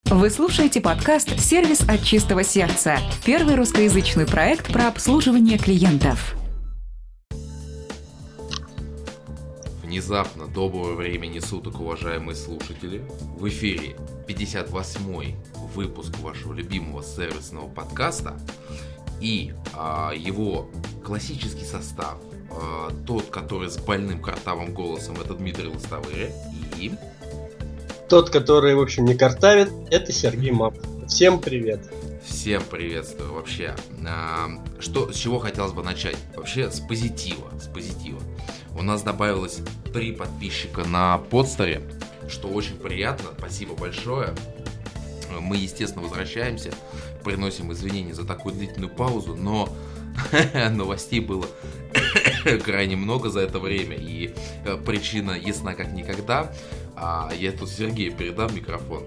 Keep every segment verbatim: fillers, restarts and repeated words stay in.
Вы слушаете подкаст «Сервис от чистого сердца». Первый русскоязычный проект про обслуживание клиентов. Внезапно доброго времени суток, уважаемые слушатели. В эфире пятьдесят восьмой выпуск вашего любимого сервисного подкаста. И а, его классический состав, а, тот, который с больным картавым голосом, это Дмитрий Лостовырь. И... Тот, который, в общем, не картавит, это Сергей Мап. Всем привет. Всем приветствую. Вообще, а, что, с чего хотелось бы начать? Вообще с позитива, с позитива. У нас добавилось три подписчика на подстере, что очень приятно. Спасибо большое. Мы, естественно, возвращаемся, приносим извинения за такую длительную паузу, но новостей было крайне много за это время, и причина ясна как никогда. А я тут Сергею передам микрофон.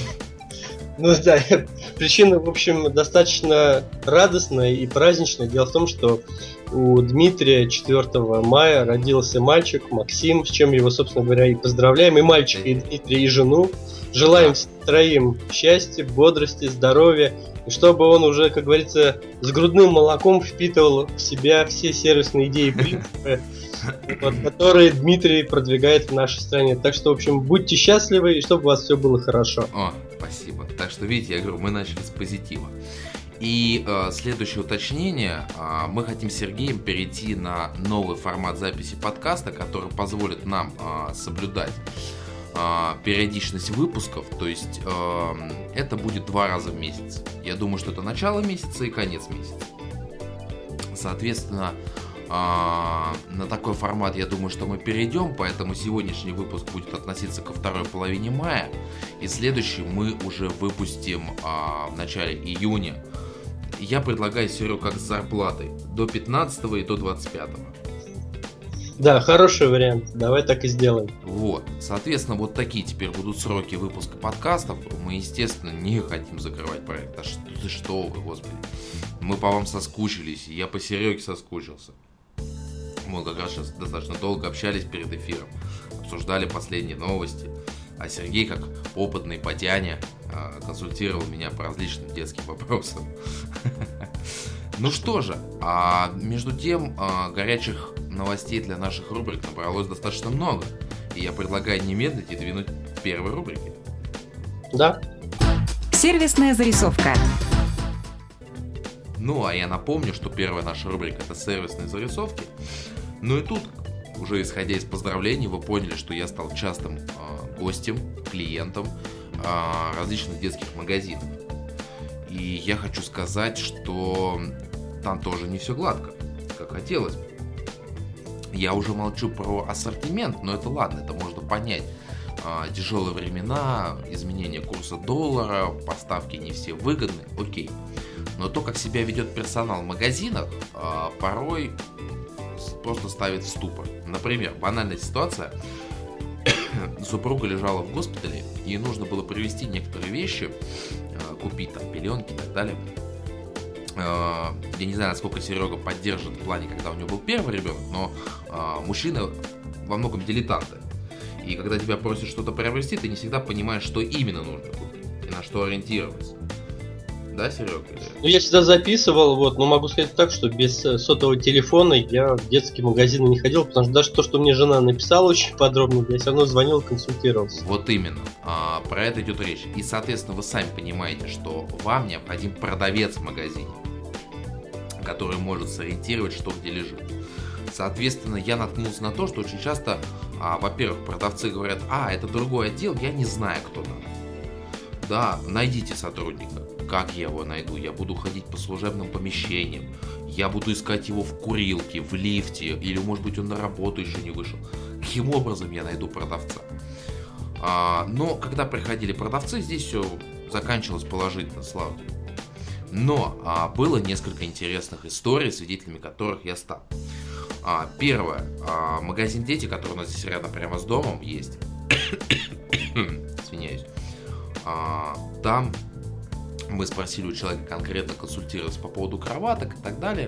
Ну да, причина, в общем, достаточно радостная и праздничная. Дело в том, что у Дмитрия четвёртого мая родился мальчик Максим, с чем его, собственно говоря, и поздравляем. И мальчика, и Дмитрия, и жену. Желаем троим счастья, бодрости, здоровья. И чтобы он уже, как говорится, с грудным молоком впитывал в себя все сервисные идеи и принципы, вот, которые Дмитрий продвигает в нашей стране. Так что, в общем, будьте счастливы, и чтобы у вас все было хорошо. О, спасибо. Так что, видите, я говорю, мы начали с позитива. И э, следующее уточнение. Э, мы хотим с Сергеем перейти на новый формат записи подкаста, который позволит нам э, соблюдать э, периодичность выпусков. То есть э, это будет два раза в месяц. Я думаю, что это начало месяца и конец месяца. Соответственно, э, на такой формат, я думаю, что мы перейдем. Поэтому сегодняшний выпуск будет относиться ко второй половине мая. И следующий мы уже выпустим э, в начале июня. Я предлагаю, Серега, как с зарплатой. До пятнадцатого и до двадцать пятого. Да, хороший вариант. Давай так и сделаем. Вот. Соответственно, вот такие теперь будут сроки выпуска подкастов. Мы, естественно, не хотим закрывать проект. А что, да что вы, господи. Мы по вам соскучились. И я по Сереге соскучился. Мы как раз сейчас достаточно долго общались перед эфиром. Обсуждали последние новости. А Сергей, как опытный потяня, консультировал меня по различным детским вопросам. Ну что же, а между тем горячих новостей для наших рубрик набралось достаточно много. И я предлагаю немедленно двинуть к первой рубрике. Да. Сервисная зарисовка. Ну, а я напомню, что первая наша рубрика — это сервисные зарисовки. Ну и тут, уже исходя из поздравлений, вы поняли, что я стал частым э, гостем, клиентом э, различных детских магазинов. И я хочу сказать, что там тоже не все гладко, как хотелось бы. Я уже молчу про ассортимент, но это ладно, это можно понять. Э, тяжелые времена, изменение курса доллара, поставки не все выгодны, окей. Но то, как себя ведет персонал в магазинах, э, порой просто ставит в ступор. Например, банальная ситуация. Супруга лежала в госпитале, ей нужно было привезти некоторые вещи, купить там пеленки и так далее. Я не знаю, насколько Серега поддержит в плане, когда у него был первый ребенок, но мужчины во многом дилетанты. И когда тебя просят что-то приобрести, ты не всегда понимаешь, что именно нужно купить и на что ориентироваться. Да, Серега? Ну, я всегда записывал, вот, но могу сказать так, что без сотового телефона я в детские магазины не ходил, потому что даже то, что мне жена написала очень подробно, я все равно звонил и консультировался. Вот именно, а, про это идет речь. И, соответственно, вы сами понимаете, что вам необходим продавец в магазине, который может сориентировать, что где лежит. Соответственно, я наткнулся на то, что очень часто, а, во-первых, продавцы говорят: а, это другой отдел, я не знаю, кто там. Да, найдите сотрудника. Как я его найду? Я буду ходить по служебным помещениям, я буду искать его в курилке, в лифте, или, может быть, он на работу еще не вышел. Каким образом я найду продавца? А, но когда приходили продавцы, здесь все заканчивалось положительно, слава богу. Но а, было несколько интересных историй, свидетелями которых я стал. А, первое. А, магазин «Дети», который у нас здесь рядом прямо с домом есть. Извиняюсь. А, там мы спросили у человека конкретно, консультироваться по поводу кроваток и так далее.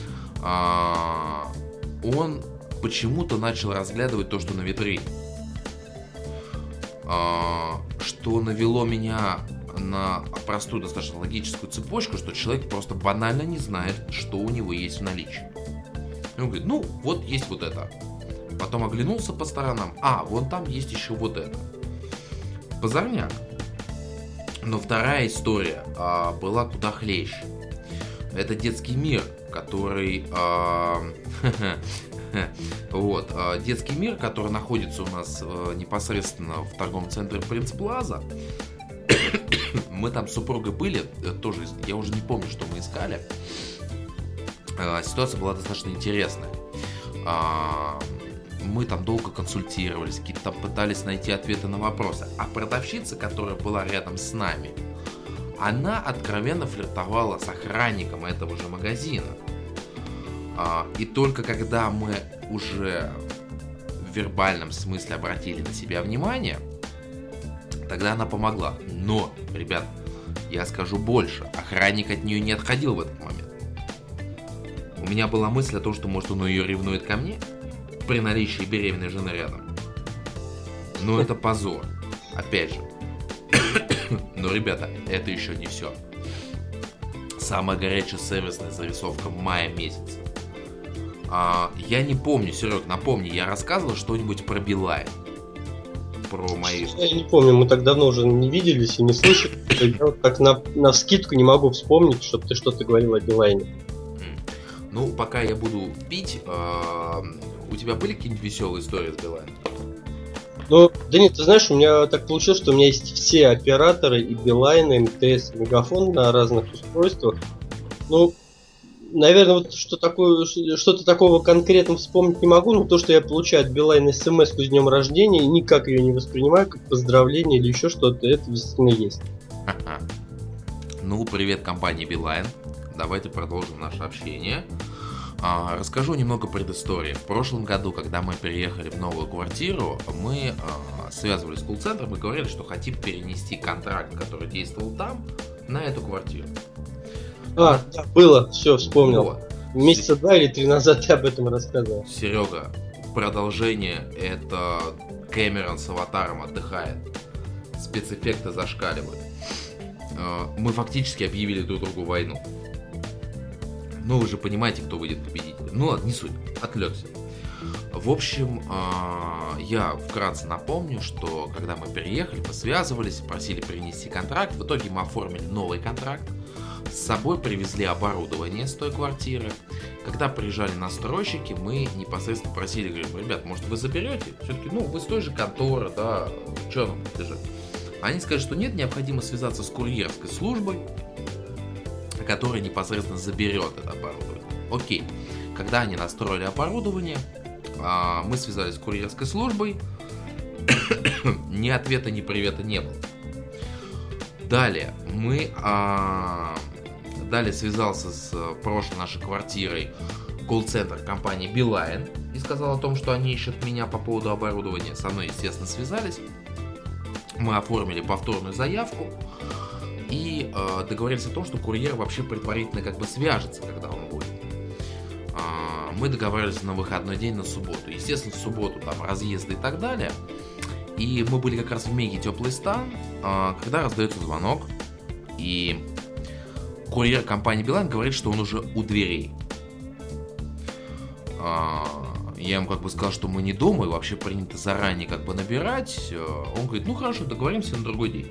А, он почему-то начал разглядывать то, что на витрине. А, что навело меня на простую достаточно логическую цепочку, что человек просто банально не знает, что у него есть в наличии. И он говорит, ну, вот есть вот это. Потом оглянулся по сторонам, а, вон там есть еще вот это. Позорняк. Но вторая история а, была куда хлеще. Это детский мир, который... А, вот, а, детский мир, который находится у нас а, непосредственно в торговом центре Принц Плаза. Мы там с супругой были, тоже, я уже не помню, что мы искали. А, ситуация была достаточно интересная. А, мы там долго консультировались, какие-то там пытались найти ответы на вопросы. А продавщица, которая была рядом с нами, она откровенно флиртовала с охранником этого же магазина. А, и только когда мы уже в вербальном смысле обратили на себя внимание, тогда она помогла. Но, ребят, я скажу больше. Охранник от нее не отходил в этот момент. У меня была мысль о том, что, может, он ее ревнует ко мне при наличии беременной жены рядом. Но это позор. Опять же. Но, ребята, это еще не все. Самая горячая сервисная зарисовка в мае месяце. А, я не помню, Серег, напомни, я рассказывал что-нибудь про Билайн. Про мои... Я не помню, мы так давно уже не виделись и не слышали. Я вот так на, навскидку не могу вспомнить, чтобы ты что-то говорил о Билайне. Ну, пока я буду пить, э, у тебя были какие-нибудь веселые истории с Билайном? Ну, да нет, ты знаешь, у меня так получилось, что у меня есть все операторы, и Билайн, и МТС, и Мегафон на разных устройствах. Ну, наверное, вот что такое, что-то такого конкретно вспомнить не могу, но то, что я получаю от Билайна смс-ку с днем рождения, и никак ее не воспринимаю как поздравление или еще что-то, это действительно есть. Ха-ха. Ну, привет компании Билайн. Давайте продолжим наше общение. А, расскажу немного предыстории. В прошлом году, когда мы переехали в новую квартиру, мы а, связывались с колл-центром и говорили, что хотим перенести контракт, который действовал там, на эту квартиру. А, да, было, все, вспомнил. Вот. Месяца два или три назад я об этом рассказывал. Серега, продолжение — это Кэмерон с аватаром отдыхает. Спецэффекты зашкаливают. А, мы фактически объявили друг другу войну. Ну, вы же понимаете, кто выйдет победителем. Ну ладно, не суть, отвлекся. В общем, я вкратце напомню, что когда мы переехали, мы связывались, просили принести контракт. В итоге мы оформили новый контракт. С собой привезли оборудование с той квартиры. Когда приезжали настройщики, мы непосредственно просили, говорим, ребят, может вы заберете? Все-таки, ну, вы с той же конторы, да, что нам лежит? Они сказали, что нет, необходимо связаться с курьерской службой, которая непосредственно заберет это оборудование. Окей. Когда они настроили оборудование, мы связались с курьерской службой. Ни ответа, ни привета не было. Далее мы а, далее связался с прошлой нашей квартирой колл-центр компании Билайн и сказал о том, что они ищут меня по поводу оборудования. Со мной, естественно, связались. Мы оформили повторную заявку и э, договорились о том, что курьер вообще предварительно как бы свяжется, когда он будет. Э, мы договаривались на выходной день, на субботу. Естественно, в субботу там разъезды и так далее. И мы были как раз в меге теплый стан, э, когда раздается звонок, и курьер компании Билайн говорит, что он уже у дверей. Э, я ему как бы сказал, что мы не дома, и вообще принято заранее как бы набирать. Он говорит, ну хорошо, договоримся на другой день.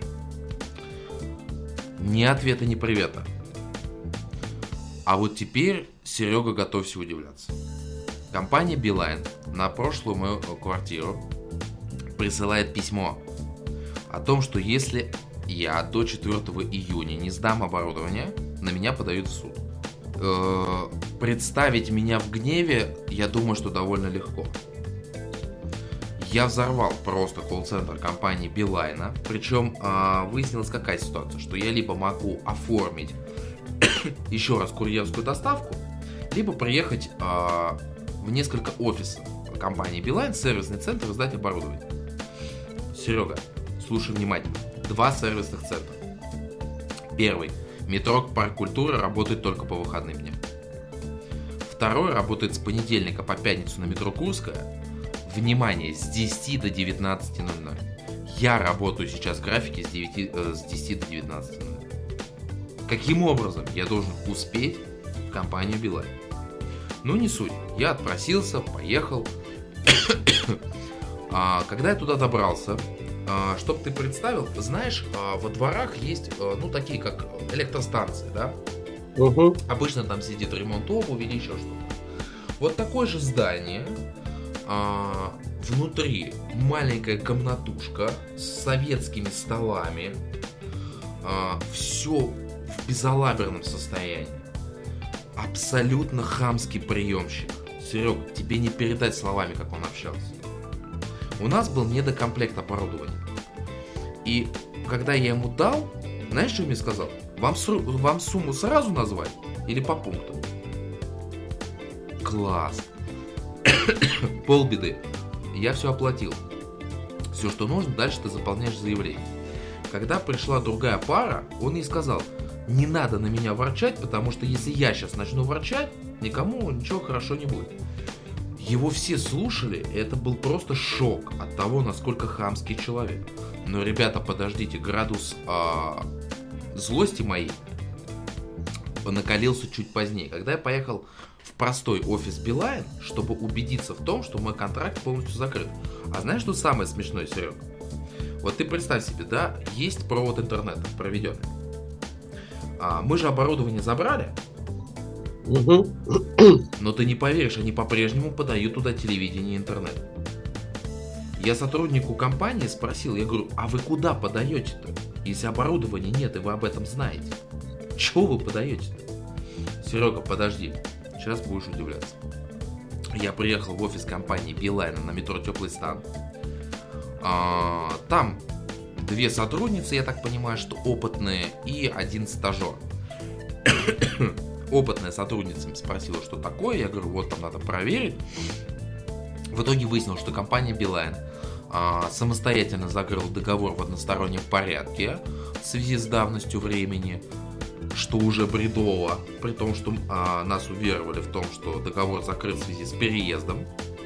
Ни ответа, ни привета. А вот теперь, Серега, готовься удивляться. Компания Билайн на прошлую мою квартиру присылает письмо о том, что если я до четвёртого июня не сдам оборудование, на меня подают в суд. Э-э- представить меня в гневе, я думаю, что довольно легко. Я взорвал просто колл-центр компании Билайна. Причем э, выяснилась какая ситуация, что я либо могу оформить еще раз курьерскую доставку, либо приехать э, в несколько офисов компании Билайн, сервисный центр, и сдать оборудование. Серега, слушай внимательно. Два сервисных центра. Первый. Метро Парк Культуры работает только по выходным дням. Второй работает с понедельника по пятницу на метро Курская. Внимание, с десяти до девятнадцати ноль ноль. Я работаю сейчас в графике с, девяти, э, с десяти до девятнадцати. Каким образом я должен успеть в компанию Билайн? Ну, не суть. Я отпросился, поехал. а, когда я туда добрался, а, чтоб ты представил, знаешь, а, во дворах есть, а, ну, такие как электростанции, да? Угу. Обычно там сидит ремонт обуви или еще что-то. Вот такое же здание, а, внутри маленькая комнатушка с советскими столами, а, все в безалаберном состоянии. Абсолютно хамский приемщик. Серег, тебе не передать словами, как он общался. У нас был недокомплект оборудования. И когда я ему дал, знаешь, что он мне сказал? Вам, вам сумму сразу назвать или по пунктам? Класс. Полбеды. Я все оплатил. Все, что нужно, дальше ты заполняешь заявление. Когда пришла другая пара, он ей сказал: не надо на меня ворчать, потому что если я сейчас начну ворчать, никому ничего хорошо не будет. Его все слушали, и это был просто шок от того, насколько хамский человек. Но, ребята, подождите, градус а, злости моей накалился чуть позднее, когда я поехал в простой офис Билайн, чтобы убедиться в том, что мой контракт полностью закрыт. А знаешь, что самое смешное, Серег? Вот ты представь себе, да, есть провод интернета проведенный. А, мы же оборудование забрали. Угу. Но ты не поверишь, они по-прежнему подают туда телевидение и интернет. Я сотруднику компании спросил, я говорю, а вы куда подаете-то? Если оборудования нет, и вы об этом знаете. Чего вы подаете-то? Серега, подожди, сейчас будешь удивляться. Я приехал в офис компании Билайна на метро Теплый Стан. А, там две сотрудницы, я так понимаю, что опытные, и один стажер. Опытная сотрудница спросила, что такое. Я говорю, вот там надо проверить. В итоге выяснилось, что компания Билайн а, самостоятельно закрыла договор в одностороннем порядке в связи с давностью времени, что уже бредово, при том, что а, нас уверовали в том, что договор закрыт в связи с переездом.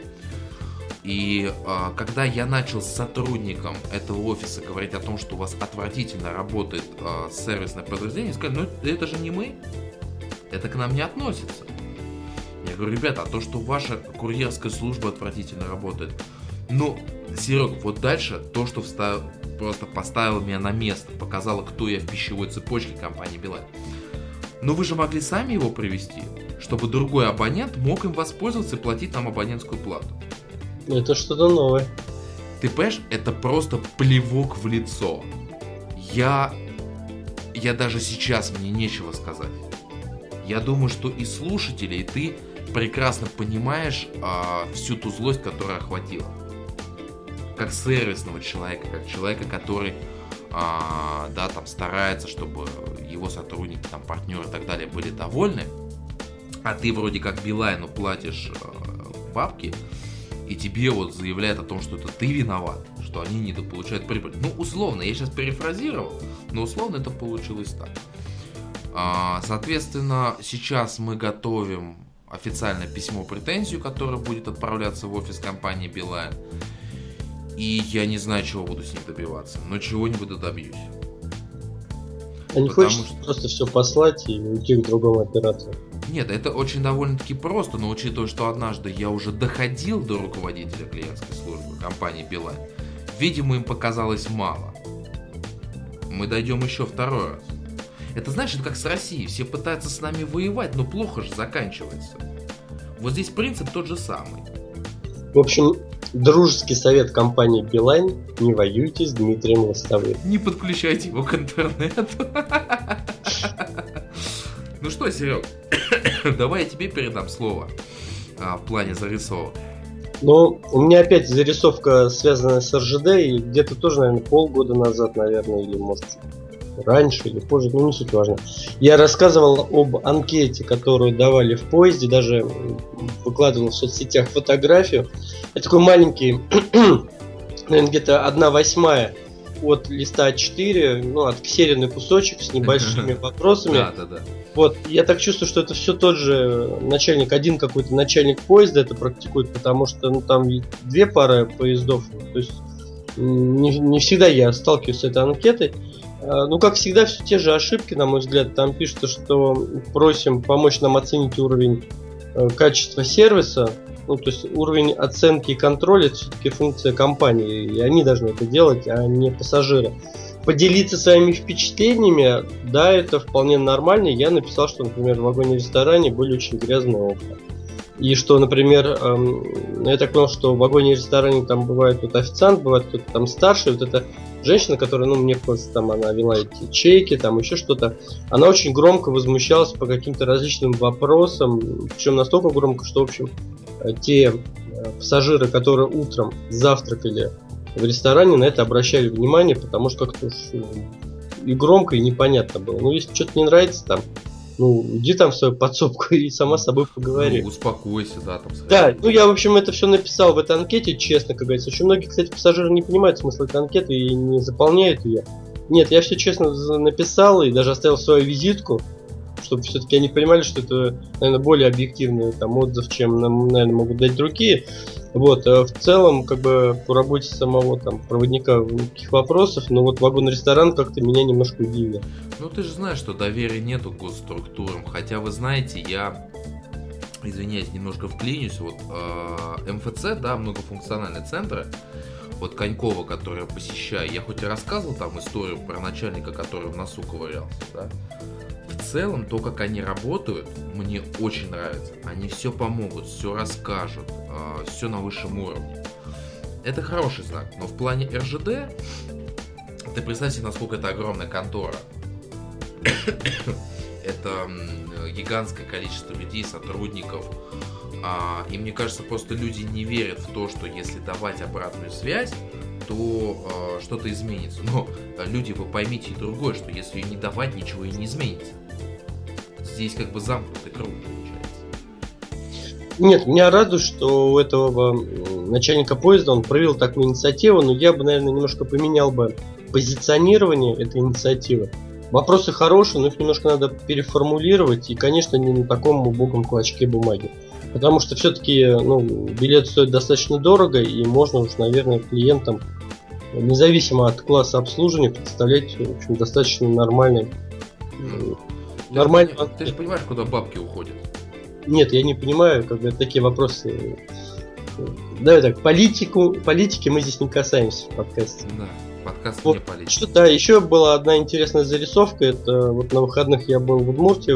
И а, когда я начал с сотрудником этого офиса говорить о том, что у вас отвратительно работает а, сервисное подразделение, сказали, ну это же не мы, это к нам не относится. Я говорю, ребята, а то, что ваша курьерская служба отвратительно работает, ну, Серег, вот дальше то, что встав... просто поставило меня на место, показало, кто я в пищевой цепочке компании Билайн. Но вы же могли сами его привести, чтобы другой абонент мог им воспользоваться и платить нам абонентскую плату. Это что-то новое. Ты понимаешь, это просто плевок в лицо. Я... Я даже сейчас, мне нечего сказать. Я думаю, что и слушатели, и ты прекрасно понимаешь а, всю ту злость, которая охватила. Как сервисного человека, как человека, который а, да, там старается, чтобы его сотрудники, там, партнеры и так далее были довольны, а ты вроде как Билайну платишь а, бабки, и тебе вот заявляют о том, что это ты виноват, что они недополучают прибыль. Ну, условно, я сейчас перефразировал, но условно это получилось так. А, соответственно, сейчас мы готовим официальное письмо претензию, которое будет отправляться в офис компании Билайн. И я не знаю, чего буду с ним добиваться, но чего-нибудь добьюсь. А не хочешь что... просто все послать и уйти к другому оператору? Нет, это очень довольно-таки просто, но учитывая, что однажды я уже доходил до руководителя клиентской службы компании Билайн, видимо, им показалось мало. Мы дойдем еще второй раз. Это, знаешь, это как с Россией. Все пытаются с нами воевать, но плохо же заканчивается. Вот здесь принцип тот же самый. В общем, дружеский совет компании Билайн: не воюйте с Дмитрием Лостовым. Не подключайте его к интернету. Ну что, Серег, давай я тебе передам слово а, в плане зарисовок. Ну, у меня опять зарисовка, связанная с эр жэ дэ, и где-то тоже, наверное, полгода назад, наверное, или может раньше или позже, ну не суть важно. Я рассказывал об анкете, которую давали в поезде, даже выкладывал в соцсетях фотографию. Это такой маленький, наверное, где-то одна восьмая от листа а четыре, ну, отксеренный кусочек с небольшими вопросами. Да, да, да. Вот, я так чувствую, что это все тот же начальник, один какой-то начальник поезда это практикует, потому что, ну, там две пары поездов, то есть не, не всегда я сталкиваюсь с этой анкетой. Ну, как всегда, все те же ошибки, на мой взгляд. Там пишется, что просим помочь нам оценить уровень качества сервиса. Ну, то есть уровень оценки и контроля — это все-таки функция компании, и они должны это делать, а не пассажиры. Поделиться своими впечатлениями, да, это вполне нормально. Я написал, что, например, в вагоне-ресторане были очень грязные окна. И что, например, эм, я так понял, что в вагоне-ресторане там бывает вот официант, бывает кто-то там старший, вот эта женщина, которая, ну, мне кажется, там она вела эти чеки, там еще что-то, она очень громко возмущалась по каким-то различным вопросам, причем настолько громко, что, в общем, те пассажиры, которые утром завтракали в ресторане, на это обращали внимание, потому что как-то уж и громко, и непонятно было. Ну, если что-то не нравится, там, ну, иди там в свою подсобку и сама с собой поговори. Ну, успокойся, да, там. Да, ну я, в общем, это все написал в этой анкете, честно, как говорится. Очень многие, кстати, пассажиры не понимают смысл этой анкеты и не заполняют ее. Нет, я все честно написал и даже оставил свою визитку, чтобы все-таки они понимали, что это, наверное, более объективный там отзыв, чем нам, наверное, могут дать другие. Вот, а в целом, как бы, по работе самого там проводника никаких вопросов, но вот вагон-ресторан как-то меня немножко удивил. Ну, ты же знаешь, что доверия нету к госструктурам, хотя, вы знаете, я, извиняюсь, немножко вклинюсь, вот э, эм эф цэ, да, многофункциональные центры, вот Конькова, который я посещаю, я хоть и рассказывал там историю про начальника, который в носу ковырялся, да, в целом, то, как они работают, мне очень нравится. Они все помогут, все расскажут, э, все на высшем уровне. Это хороший знак. Но в плане эр жэ дэ, ты представь себе, насколько это огромная контора. Это гигантское количество людей, сотрудников. А, и мне кажется, просто люди не верят в то, что если давать обратную связь, то э, что-то изменится. Но, люди, вы поймите и другое, что если ее не давать, ничего и не изменится. Здесь как бы замкнутый круг получается. Нет, меня радует, что у этого начальника поезда он проявил такую инициативу, но я бы, наверное, немножко поменял бы позиционирование этой инициативы. Вопросы хорошие, но их немножко надо переформулировать, и, конечно, не на таком убогом клочке бумаги. Потому что все-таки, ну, билет стоит достаточно дорого, и можно уж, наверное, клиентам, независимо от класса обслуживания, представлять, в общем, достаточно нормальный. Ты, нормальный... Же, ты же понимаешь, куда бабки уходят? Нет, я не понимаю, как бы такие вопросы. Да, так, политику, политики мы здесь не касаемся в подкасте. Да, подкаст вот, не политика. Что, да, еще была одна интересная зарисовка. Это вот на выходных я был в Удмуртии,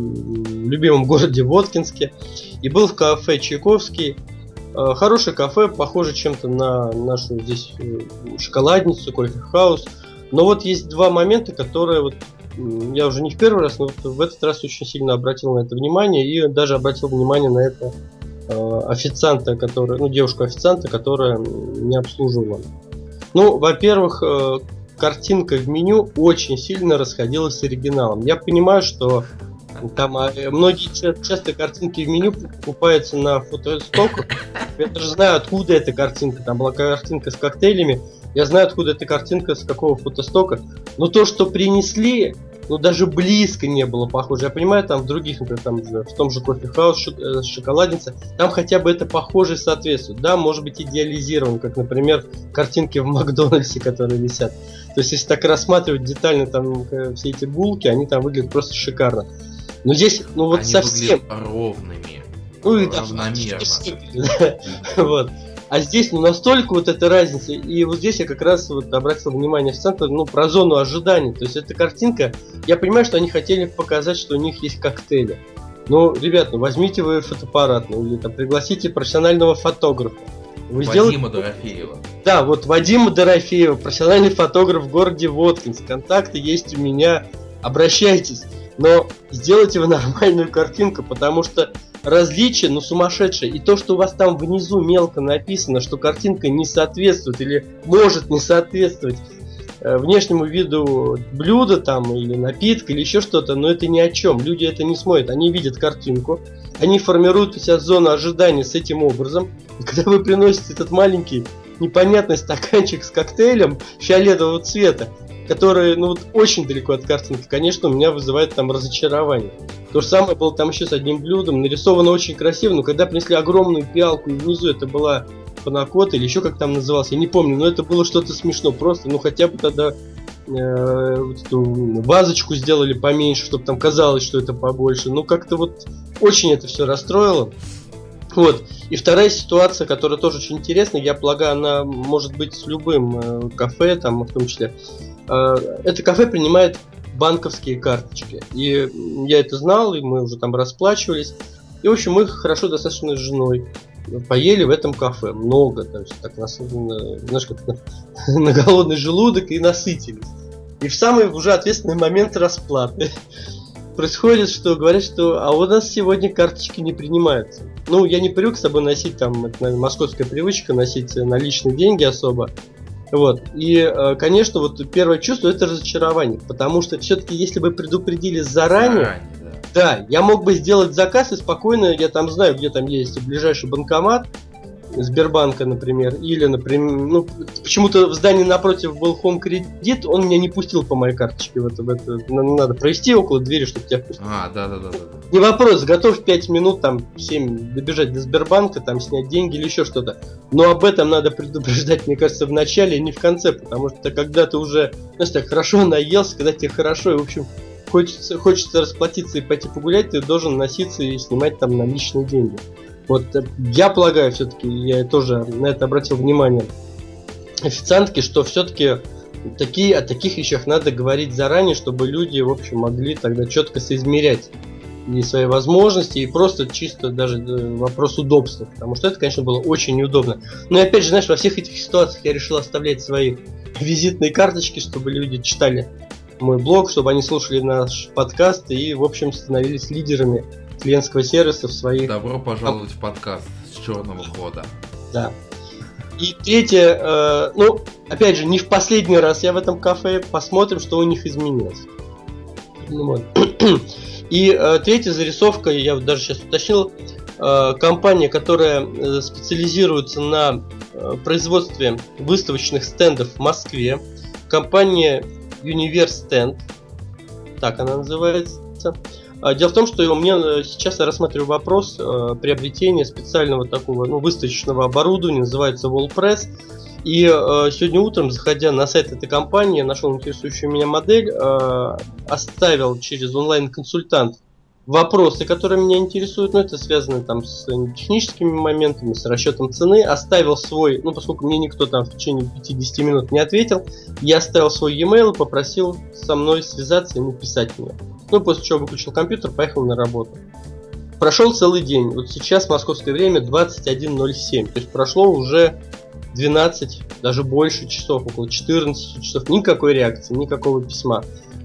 в любимом городе Воткинске, и был в кафе Чайковский. Хорошее кафе, похоже чем-то на нашу здесь шоколадницу, кофе-хаус. Но вот есть два момента, которые вот я уже не в первый раз, но вот в этот раз очень сильно обратил на это внимание, и даже обратил внимание на это э, официанта, который, ну, девушку-официанта, которая не обслуживала. Ну, во-первых, э, картинка в меню очень сильно расходилась с оригиналом. Я понимаю, что там э, многие часто картинки в меню покупаются на фотостоках. Я даже знаю, откуда эта картинка. Там была картинка с коктейлями. Я знаю, откуда эта картинка, с какого фотостока. Но то, что принесли, ну, даже близко не было похоже. Я понимаю, там в других, например, там же, в том же кофе-хаус, шоколадница, там хотя бы это похоже соответствует. Да, может быть идеализирован, как, например, картинки в Макдональдсе, которые висят. То есть, если так рассматривать детально там все эти булки, они там выглядят просто шикарно. Но здесь, ну вот они совсем... ровными, ну, равномерно. Да, вот. А здесь, ну, настолько вот эта разница. И вот здесь я как раз вот обратил внимание в центр, ну, про зону ожидания. То есть эта картинка, я понимаю, что они хотели показать, что у них есть коктейли. Ну, ребят, ну возьмите вы фотоаппарат, ну, или там пригласите профессионального фотографа. Вы Вадима сделаете... Дорофеева. Да, вот Вадима Дорофеева, профессиональный фотограф в городе Воткинск. Контакты есть у меня, обращайтесь. Но сделайте вы нормальную картинку, потому что различие, ну, сумасшедшее. И то, что у вас там внизу мелко написано, что картинка не соответствует или может не соответствовать э, внешнему виду блюда там, или напитка, или еще что-то, но это ни о чем. Люди это не смотрят. Они видят картинку, они формируют у себя зону ожидания с этим образом. И когда вы приносите этот маленький непонятный стаканчик с коктейлем фиолетового цвета, который, ну, вот очень далеко от картинки, конечно, у меня вызывает там разочарование. То же самое было там еще с одним блюдом, нарисовано очень красиво, но когда принесли огромную пиалку, и внизу это была панакот или еще как там назывался, я не помню, но это было что-то смешно просто, ну хотя бы тогда э, вот эту вазочку сделали поменьше, чтобы там казалось, что это побольше, ну как-то вот очень это все расстроило. Вот. И вторая ситуация, которая тоже очень интересная, я полагаю, она может быть с любым э, кафе, там в том числе. Э, это кафе принимает банковские карточки. И я это знал, и мы уже там расплачивались. И, в общем, мы хорошо достаточно с женой поели в этом кафе. Много, то есть так насыщенно, знаешь, как на, на голодный желудок, и насытились. И в самый уже ответственный момент расплаты происходит, что говорят, что а у нас сегодня карточки не принимаются. Ну, я не привык с собой носить, там, это, наверное, московская привычка, носить наличные деньги особо. Вот. И, конечно, вот первое чувство — это разочарование, потому что все-таки, если бы предупредили заранее, заранее да. да, я мог бы сделать заказ и спокойно, я там знаю, где там есть ближайший банкомат Сбербанка, например, или, например, ну, почему-то в здании напротив был Home Credit, он меня не пустил по моей карточке в это, в это. Надо провести около двери, чтобы тебя пустили. А, да, да, да, да. Не вопрос, готов пять минут, там, семь добежать до Сбербанка, там, снять деньги или еще что-то. Но об этом надо предупреждать, мне кажется, в начале, а не в конце, потому что когда ты уже, знаешь, так хорошо наелся, когда тебе хорошо, и, в общем, хочется, хочется расплатиться и пойти погулять, ты должен носиться и снимать там наличные деньги. Вот я полагаю, все-таки, я тоже на это обратил внимание официантки, что все-таки такие, о таких вещах надо говорить заранее, чтобы люди, в общем, могли тогда четко соизмерять и свои возможности, и просто чисто даже вопрос удобства, потому что это, конечно, было очень неудобно. Но и опять же, знаешь, во всех этих ситуациях я решил оставлять свои визитные карточки, чтобы люди читали мой блог, чтобы они слушали наш подкаст и, в общем, становились лидерами клиентского сервиса в своих... Добро пожаловать в подкаст с черного хода. Да. И третье, э, ну, опять же, не в последний раз я в этом кафе, посмотрим, что у них изменилось. Вот. И э, третья зарисовка, я вот даже сейчас уточнил, э, компания, которая э, специализируется на э, производстве выставочных стендов в Москве, компания Universtand, так она называется. Дело в том, что мне сейчас я рассматриваю вопрос э, приобретения специального такого, ну, выставочного оборудования, называется Wallpress. И э, сегодня утром, заходя на сайт этой компании, нашел интересующую меня модель, э, оставил через онлайн-консультант вопросы, которые меня интересуют, но это связано там с техническими моментами, с расчетом цены, оставил свой, ну, поскольку мне никто там в течение пятьдесят минут не ответил, я оставил свой e-mail и попросил со мной связаться и написать мне. Ну, после чего выключил компьютер, поехал на работу. Прошел целый день, вот сейчас московское время двадцать один ноль семь, то есть прошло уже двенадцать, даже больше часов, около четырнадцати часов, никакой реакции, никакого письма.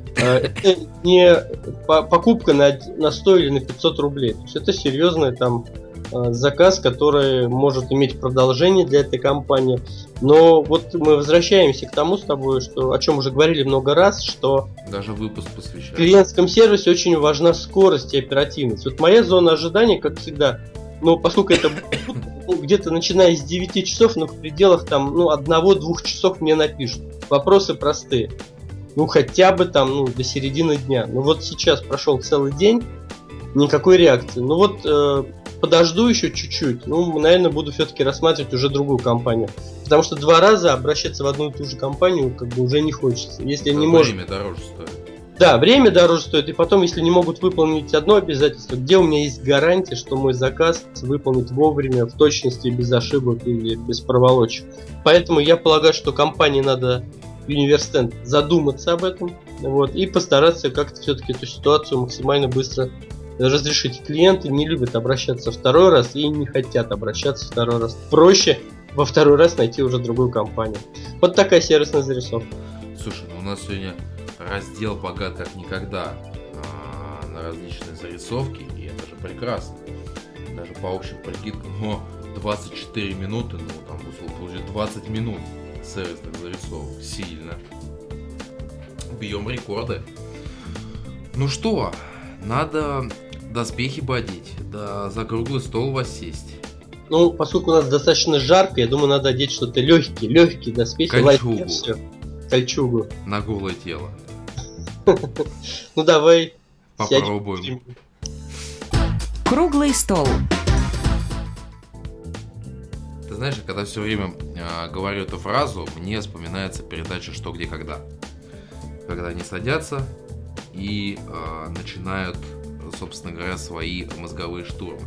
Это не покупка на, на сто или на пятьсот рублей. То есть это серьезный там заказ, который может иметь продолжение для этой компании. Но вот мы возвращаемся к тому с тобой, что, о чем уже говорили много раз, что даже выпуск посвящает. В клиентском сервисе очень важна скорость и оперативность. Вот моя зона ожидания, как всегда, ну, поскольку это ну, где-то начиная с девяти часов, но в пределах там, ну, одного-двух часов мне напишут. Вопросы простые. Ну, хотя бы там, ну, до середины дня. Ну, вот сейчас прошел целый день, никакой реакции. Ну, вот э, подожду еще чуть-чуть. Ну, наверное, буду все-таки рассматривать уже другую компанию. Потому что два раза обращаться в одну и ту же компанию как бы уже не хочется. Если не может... Время дороже стоит. Да, время дороже стоит. И потом, если не могут выполнить одно обязательство, где у меня есть гарантия, что мой заказ выполнит вовремя, в точности, без ошибок или без проволочек. Поэтому я полагаю, что компании надо... Universtand задуматься об этом, вот, и постараться как-то все-таки эту ситуацию максимально быстро разрешить. Клиенты не любят обращаться второй раз и не хотят обращаться второй раз. Проще во второй раз найти уже другую компанию. Вот такая сервисная зарисовка. Слушай, ну у нас сегодня раздел богат как никогда а, на различные зарисовки, и это же прекрасно. Даже по общим прикидкам, но двадцать четыре минуты, ну там уже двадцать минут сервисных зарисовок. Сильно. Бьем рекорды. Ну что, надо доспехи бодить, да за круглый стол воссесть. Ну, поскольку у нас достаточно жарко, я думаю, надо одеть что-то легкие, легкие доспехи. Кольчугу. Кольчугу. На голое тело. Ну давай. Круглый стол. знаешь, когда все время э, говорю эту фразу, мне вспоминается передача «Что, где, когда». Когда они садятся и э, начинают, собственно говоря, свои мозговые штурмы.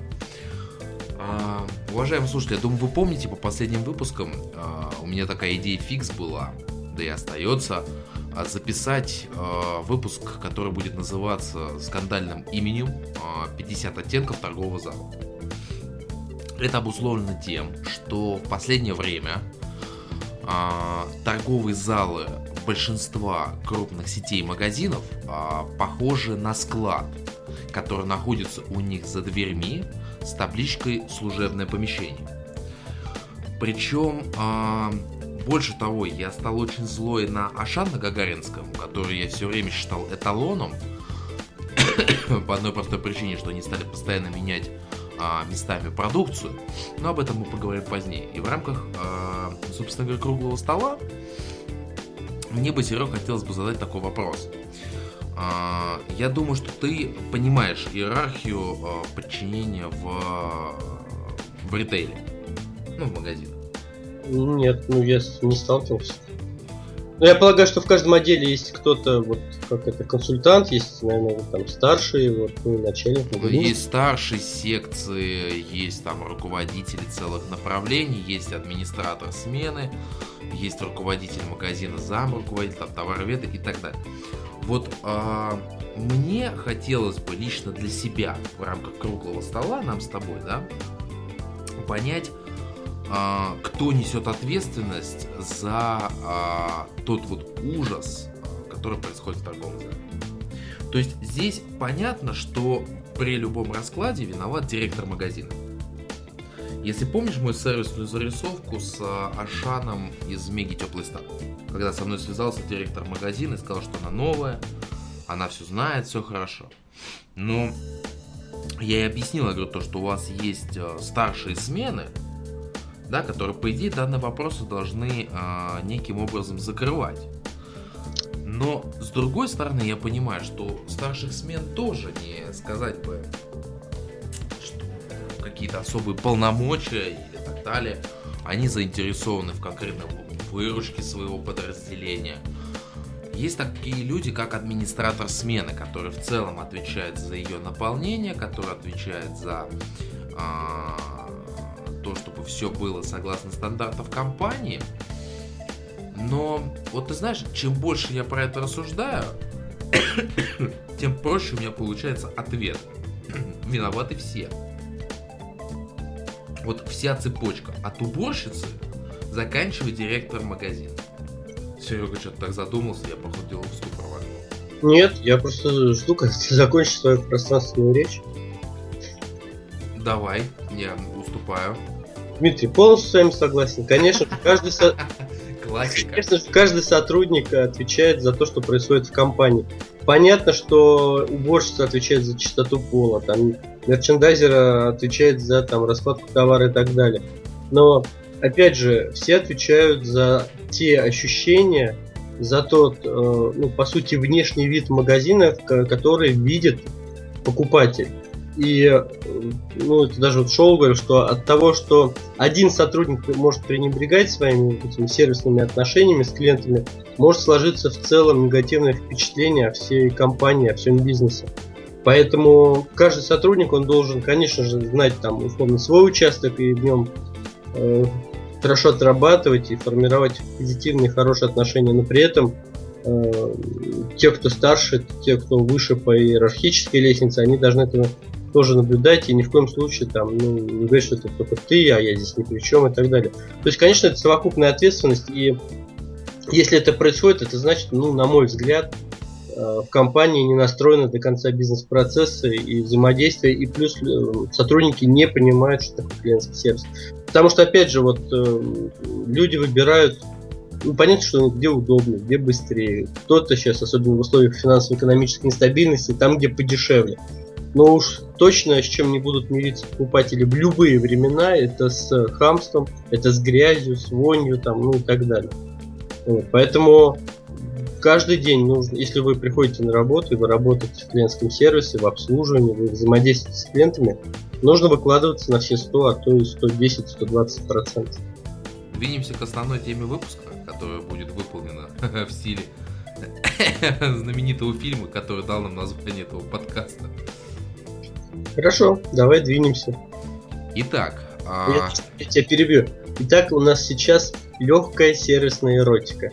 Э, уважаемые слушатели, я думаю, вы помните, по последним выпускам э, у меня такая идея фикс была, да и остается, записать э, выпуск, который будет называться скандальным именем э, пятьдесят оттенков торгового зала. Это обусловлено тем, что в последнее время э, торговые залы большинства крупных сетей магазинов э, похожи на склад, который находится у них за дверьми с табличкой «Служебное помещение». Причем, э, больше того, я стал очень злой на Ашан на Гагаринском, который я все время считал эталоном, по одной простой причине, что они стали постоянно менять а, местами продукцию, но об этом мы поговорим позднее. И в рамках, а, собственно говоря, круглого стола мне бы, Серег, хотелось бы задать такой вопрос. А, я думаю, что ты понимаешь иерархию а, подчинения в, в ритейле, ну, в магазинах. Нет, ну я не сталкивался. Но я полагаю, что в каждом отделе есть кто-то, вот как это, консультант, есть, наверное, там старший, вот, ну, начальник. Есть старшие секции, есть там руководители целых направлений, есть администратор смены, есть руководитель магазина, зам руководитель, там, товароведы и так далее. Вот а, мне хотелось бы лично для себя в рамках круглого стола, нам с тобой, да, понять, а, кто несет ответственность за а, тот вот ужас, который происходит в торговом зале. То есть здесь понятно, что при любом раскладе виноват директор магазина. Если помнишь мою сервисную зарисовку с Ашаном из Меги Теплый Стан, когда со мной связался директор магазина и сказал, что она новая, она все знает, все хорошо. Но я ей объяснил, я говорю, то, что у вас есть старшие смены, да, которые, по идее, данные вопросы должны э, неким образом закрывать. Но, с другой стороны, я понимаю, что старших смен тоже не сказать бы, что какие-то особые полномочия и так далее. Они заинтересованы в конкретной выручке своего подразделения. Есть такие люди, как администратор смены, который в целом отвечает за ее наполнение, который отвечает за э, то, чтобы все было согласно стандартов компании. Но, вот ты знаешь, чем больше я про это рассуждаю, тем проще у меня получается ответ. Виноваты все. Вот вся цепочка от уборщицы заканчивая директором магазина. Серега что-то так задумался, я, походу, делал в ступор вогнул. Нет, я просто жду, когда ты закончишь свою пространственную речь. Давай, я уступаю. Дмитрий, полностью с вами согласен. Конечно, каждый, со... Конечно, каждый сотрудник отвечает за то, что происходит в компании. Понятно, что уборщица отвечает за чистоту пола, там мерчендайзер отвечает за там, раскладку товара и так далее. Но, опять же, все отвечают за те ощущения, за тот, э, ну, по сути, внешний вид магазина, который видит покупатель. И, ну, это даже вот Шоу говорил, что от того, что один сотрудник может пренебрегать своими этими сервисными отношениями с клиентами, может сложиться в целом негативное впечатление о всей компании, о всем бизнесе. Поэтому каждый сотрудник, он должен, конечно же, знать там условно свой участок и в нем э, хорошо отрабатывать и формировать позитивные, хорошие отношения, но при этом э, те, кто старше, те, кто выше по иерархической лестнице, они должны этого тоже наблюдать и ни в коем случае там, ну, не говорить, что это только ты, а я здесь ни при чем и так далее. То есть, конечно, это совокупная ответственность, и если это происходит, это значит, ну, на мой взгляд, в компании не настроены до конца бизнес-процессы и взаимодействия, и плюс сотрудники не понимают, что такое клиентский сервис. Потому что, опять же, вот люди выбирают, ну, понятно, что где удобно, где быстрее. Кто-то сейчас, особенно в условиях финансово-экономической нестабильности, там, где подешевле. Но уж точно с чем не будут мириться покупатели в любые времена, это с хамством, это с грязью, с вонью там, ну и так далее. Вот, поэтому каждый день нужно, если вы приходите на работу, и вы работаете в клиентском сервисе, в обслуживании, вы взаимодействуете с клиентами, нужно выкладываться на все сто, а то и сто десять - сто двадцать процентов. Двинемся к основной теме выпуска, которая будет выполнена в стиле знаменитого фильма, который дал нам название этого подкаста. Хорошо, давай двинемся. Итак, а... я, я тебя перебью. Итак, у нас сейчас легкая сервисная эротика.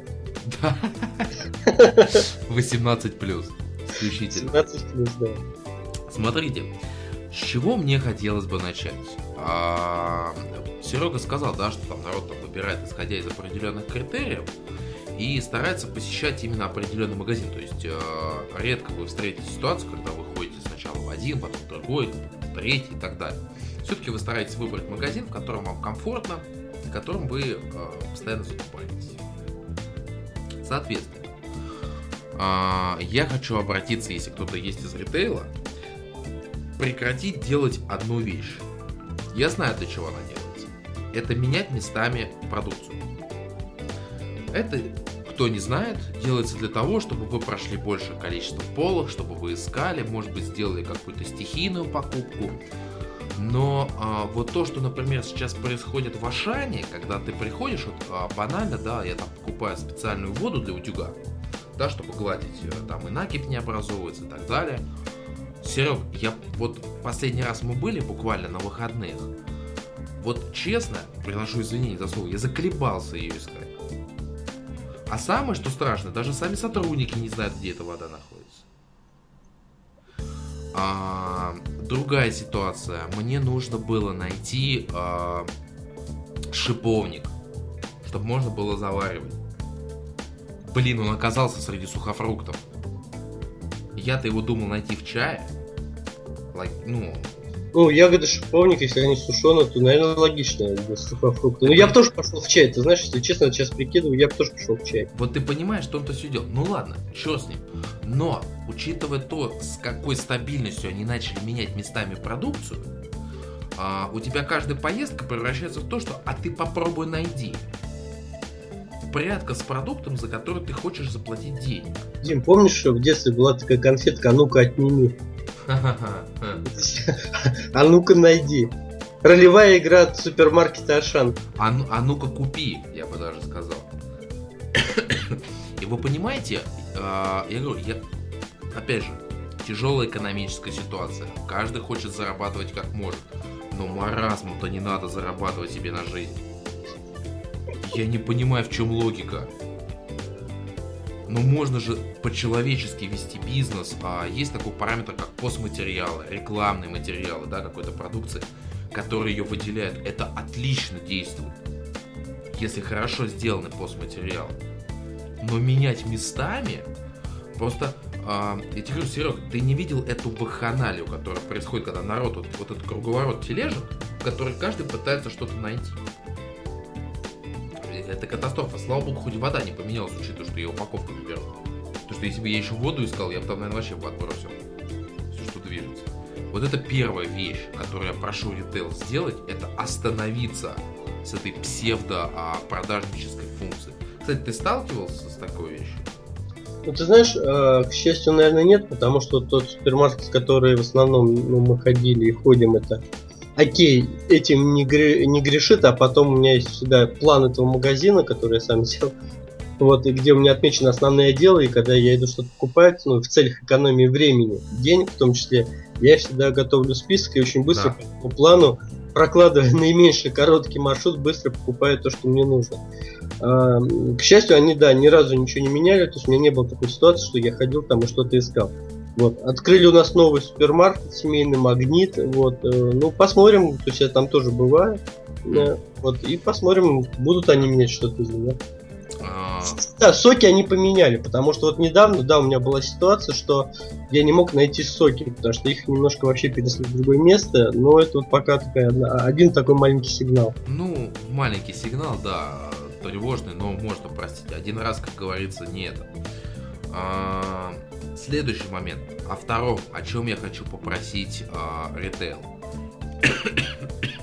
восемнадцать плюс. Исключительно. семнадцать плюс, да. Смотрите, с чего мне хотелось бы начать? А... Серега сказал, да, что там народ там выбирает исходя из определенных критериев и старается посещать именно определенный магазин. То есть э, редко вы встретите ситуацию, когда вы ходите сначала в один, потом в другой, третий и так далее. Все-таки вы стараетесь выбрать магазин, в котором вам комфортно, в котором вы э, постоянно закупаетесь. Соответственно, э, я хочу обратиться, если кто-то есть из ритейла, прекратить делать одну вещь. Я знаю, для чего она делается. Это менять местами продукцию. Это, кто не знает, делается для того, чтобы вы прошли большее количество полок, чтобы вы искали, может быть, сделали какую-то стихийную покупку. Но а, вот то, что, например, сейчас происходит в Ашане, когда ты приходишь, вот, а, банально, да, я там покупаю специальную воду для утюга, да, чтобы гладить, там и накипь не образовывается и так далее. Серег, я вот последний раз мы были буквально на выходных. Вот честно, приношу извинения за слово, я заколебался ее искать. А самое, что страшно, даже сами сотрудники не знают, где эта вода находится. А, другая ситуация. Мне нужно было найти а, шиповник, чтобы можно было заваривать. Блин, он оказался среди сухофруктов. Я-то его думал найти в чае. Like, ну... Ну, ягоды шиповник, если они сушеные, то, наверное, логично для сухофрукта. Ну, я бы тоже пошел в чай, ты знаешь, если честно, сейчас прикидываю, я бы тоже пошел в чай. Вот ты понимаешь, что он-то все делал. Ну ладно, что с ним. Но, учитывая то, с какой стабильностью они начали менять местами продукцию, а, у тебя каждая поездка превращается в то, что «а ты попробуй найди». Порядка с продуктом, за который ты хочешь заплатить денег. Дим, помнишь, что в детстве была такая конфетка «А ну-ка отними»? А ну-ка найди. Ролевая игра от супермаркета Ашан. А, ну, а ну-ка купи, я бы даже сказал. И вы понимаете, э, я говорю, я, опять же, тяжелая экономическая ситуация. Каждый хочет зарабатывать как может. Но маразму-то не надо зарабатывать себе на жизнь. Я не понимаю, в чем логика. Но можно же по-человечески вести бизнес. А есть такой параметр, как постматериалы, рекламные материалы, да, какой-то продукции, которые ее выделяют. Это отлично действует, если хорошо сделаны постматериалы. Но менять местами, просто, а, я тебе говорю, Серег, ты не видел эту вакханалию, которая происходит, когда народ, вот, вот этот круговорот тележек, в который каждый пытается что-то найти. Это катастрофа. Слава богу, хоть вода не поменялась, учитывая, что я упаковку выбирал. Потому что если бы я еще воду искал, я бы там, наверное, вообще бы отбросил все, что движется. Вот это первая вещь, которую я прошу ритейл сделать, это остановиться с этой псевдо-продажнической функцией. Кстати, ты сталкивался с такой вещью? Ну, ты знаешь, э, к счастью, наверное, нет, потому что тот супермаркет, в который в основном ну, мы ходили и ходим, это... Окей, этим не, гре- не грешит, а потом у меня есть всегда план этого магазина, который я сам сделал, вот, и где у меня отмечены основные отделы, и когда я иду что-то покупать, ну, в целях экономии времени, денег в том числе, я всегда готовлю список и очень быстро да. по этому плану, прокладывая наименьший короткий маршрут, быстро покупаю то, что мне нужно. А, к счастью, они, да, ни разу ничего не меняли, то есть у меня не было такой ситуации, что я ходил там и что-то искал. Вот. Открыли у нас новый супермаркет, семейный Магнит. Вот. Ну, посмотрим, то есть я там тоже бываю. Да, вот. И посмотрим, будут они менять что-то или нет. Да, соки они поменяли, потому что вот недавно, да, у меня была ситуация, что я не мог найти соки, потому что их немножко вообще перенесли в другое место, но это вот пока такая, один такой маленький сигнал. Ну, маленький сигнал, да, тревожный, но можно простить. Один раз, как говорится, не это. А, следующий момент. О втором, о чем я хочу попросить а, ритейл.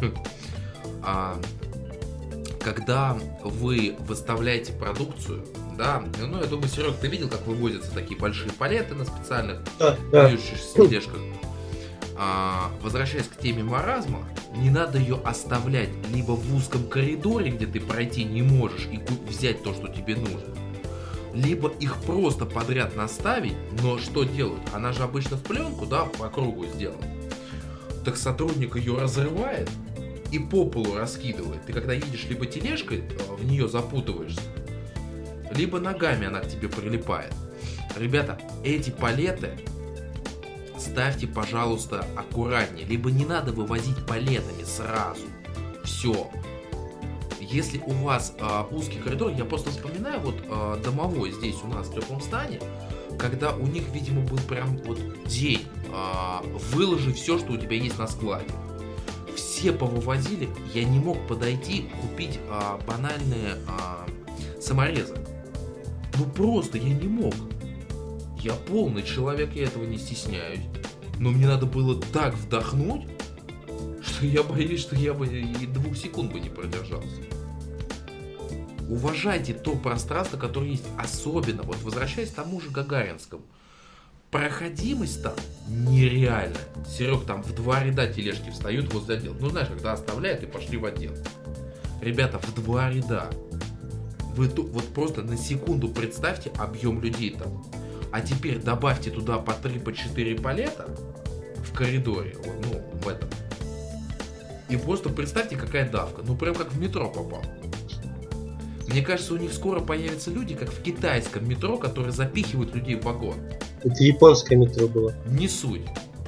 а, когда вы выставляете продукцию, да. Ну, я думаю, Серег, ты видел, как вывозятся такие большие палеты на специальных Да, да. движущихся тележках. А, возвращаясь к теме маразма, не надо ее оставлять либо в узком коридоре, где ты пройти не можешь и ку- взять то, что тебе нужно, либо их просто подряд наставить. Но что делают? Она же обычно в пленку, да, по кругу сделана. Так сотрудник ее разрывает и по полу раскидывает. Ты когда едешь либо тележкой, в нее запутываешься, либо ногами она к тебе прилипает. Ребята, эти палеты ставьте, пожалуйста, аккуратнее. Либо не надо вывозить палетами сразу. Все. Если у вас э, узкий коридор, я просто вспоминаю вот э, домовой здесь у нас в теплом стане, когда у них, видимо, был прям вот день. Э, выложи все, что у тебя есть на складе. Все повывозили, я не мог подойти, купить э, банальные э, саморезы. Ну просто я не мог. Я полный человек, я этого не стесняюсь. Но мне надо было так вдохнуть, что я боюсь, что я бы и двух секунд бы не продержался. Уважайте то пространство, которое есть. Особенно, вот возвращаясь к тому же Гагаринскому. Проходимость там нереальная. Серег, там в два ряда тележки встают возле отдела. Ну знаешь, когда оставляют и пошли в отдел. Ребята, в два ряда. Вы тут вот просто на секунду представьте объем людей там. А теперь добавьте туда по три, по четыре палета в коридоре, вот, ну, в этом. И просто представьте, какая давка. Ну, прям как в метро попал. Мне кажется, у них скоро появятся люди, как в китайском метро, которые запихивают людей в вагон. Это японское метро было. Не суть.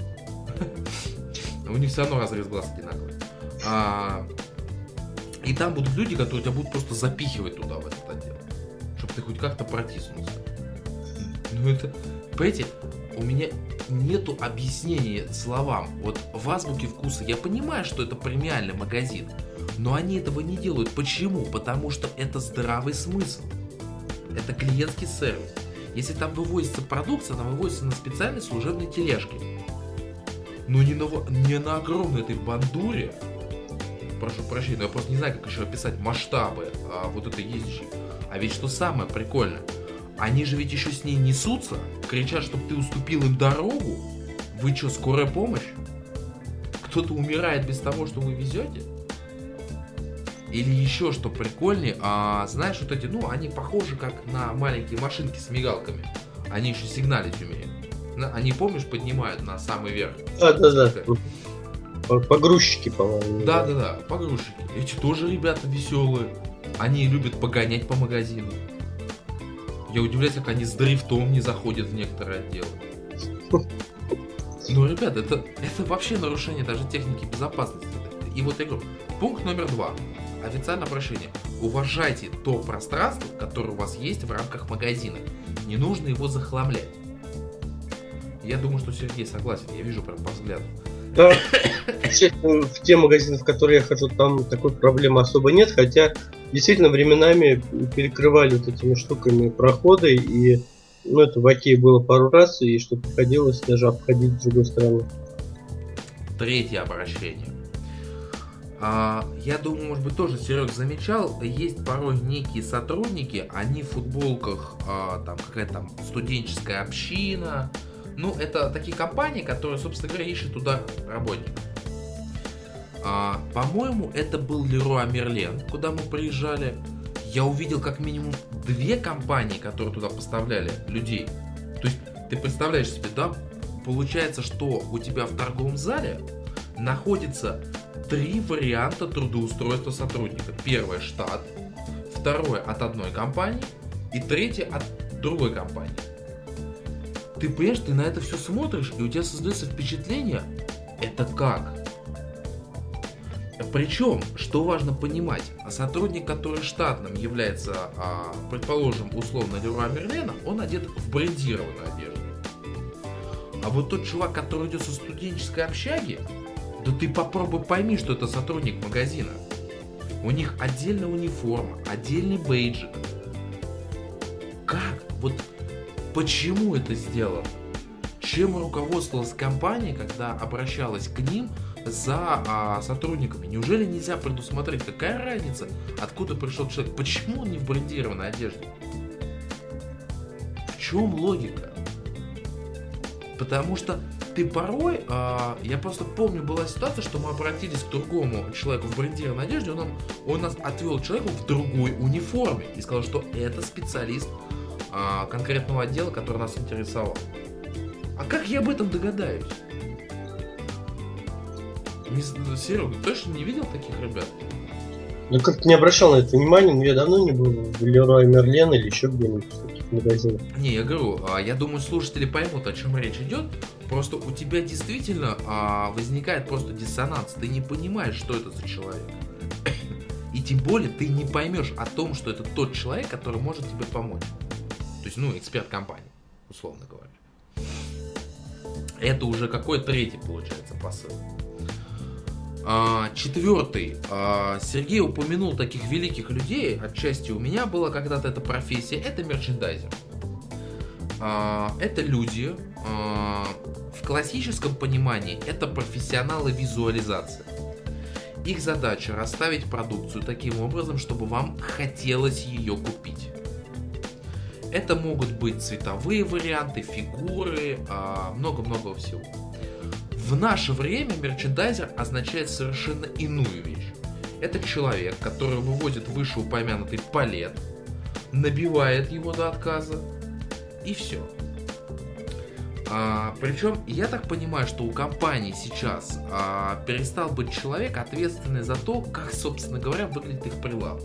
У них все равно разрез глаз одинаковый. А... И там будут люди, которые тебя будут просто запихивать туда, в этот отдел. Чтобы ты хоть как-то протиснулся. Ну это... Понимаете, у меня нету объяснения словам. Вот в азбуке вкуса я понимаю, что это премиальный магазин. Но они этого не делают. Почему? Потому что это здравый смысл. Это клиентский сервис. Если там вывозится продукция, она вывозится на специальной служебной тележке. Но не на, не на огромной этой бандуре. Прошу прощения, но я просто не знаю, как еще описать масштабы а, вот этой ездящей. А ведь что самое прикольное, они же ведь еще с ней несутся, кричат, чтобы ты уступил им дорогу. Вы что, скорая помощь? Кто-то умирает без того, что вы везете? Или еще что прикольнее, а, знаешь, вот эти, ну, они похожи как на маленькие машинки с мигалками. Они еще сигналить умеют. Они, помнишь, поднимают на самый верх. Да, да, да. Погрузчики, по-моему. Да, да, да, погрузчики. Эти тоже ребята веселые. Они любят погонять по магазину. Я удивляюсь, как они с дрифтом не заходят в некоторые отделы. Ну, ребят, это, это вообще нарушение даже техники безопасности. И вот я говорю, пункт номер два. Официальное обращение. Уважайте то пространство, которое у вас есть в рамках магазина. Не нужно его захламлять. Я думаю, что Сергей согласен. Я вижу прям по взгляду. Да, в те магазины, в которые я хожу, там такой проблемы особо нет, хотя действительно временами перекрывали вот этими штуками проходы, и ну, это в Окее было пару раз, и что приходилось даже обходить с другой стороны. Третье обращение. А, я думаю, может быть, тоже Серег замечал, есть порой некие сотрудники, они в футболках, а, там какая-то там студенческая община. Ну, это такие компании, которые, собственно говоря, ищут туда работников. А, по-моему, это был Леруа Мерлен, куда мы приезжали. Я увидел как минимум две компании, которые туда поставляли людей. То есть, ты представляешь себе, да? Получается, что у тебя в торговом зале находится три варианта трудоустройства сотрудника. Первое — штат, второе — от одной компании и третье — от другой компании. Ты понимаешь, ты на это все смотришь, и у тебя создается впечатление, это как? Причем, что важно понимать, сотрудник, который штатным является, предположим, условно Леруа Мерлена, он одет в брендированную одежду. А вот тот чувак, который идет со студенческой общаги, да ты попробуй пойми, что это сотрудник магазина. У них отдельная униформа, отдельный бейджик. Как? Вот почему это сделано? Чем руководствовалась компания, когда обращалась к ним за а, сотрудниками? Неужели нельзя предусмотреть, какая разница, откуда пришел человек? Почему он не в брендированной одежде? чем логика? Потому что ты порой, а, я просто помню, была ситуация, что мы обратились к другому человеку в брендированной одежде, он, нам, он нас отвел к человеку в другой униформе и сказал, что это специалист а, конкретного отдела, который нас интересовал. А как я об этом догадаюсь? Не, Серега, ты точно не видел таких ребят? Ну как-то не обращал на это внимания, но я давно не был в Леруа Мерлен или еще где-нибудь в таких магазинах. Не, я говорю, я думаю, слушатели поймут, о чем речь идет. Просто у тебя действительно а, возникает просто диссонанс. Ты не понимаешь, что это за человек. И тем более ты не поймешь о том, что это тот человек, который может тебе помочь. То есть, ну, эксперт компании, условно говоря. Это уже какой третий, получается, посыл. А, четвертый. А, Сергей упомянул таких великих людей. Отчасти у меня была когда-то эта профессия. Это мерчендайзер. А, это люди, а, в классическом понимании, это профессионалы визуализации. Их задача расставить продукцию таким образом, чтобы вам хотелось ее купить. Это могут быть цветовые варианты, фигуры, а, много-много всего. В наше время мерчендайзер означает совершенно иную вещь. Это человек, который выводит вышеупомянутый палет, набивает его до отказа, и все. А, причем, я так понимаю, что у компании сейчас а, перестал быть человек, ответственный за то, как, собственно говоря, выглядит их прилавок.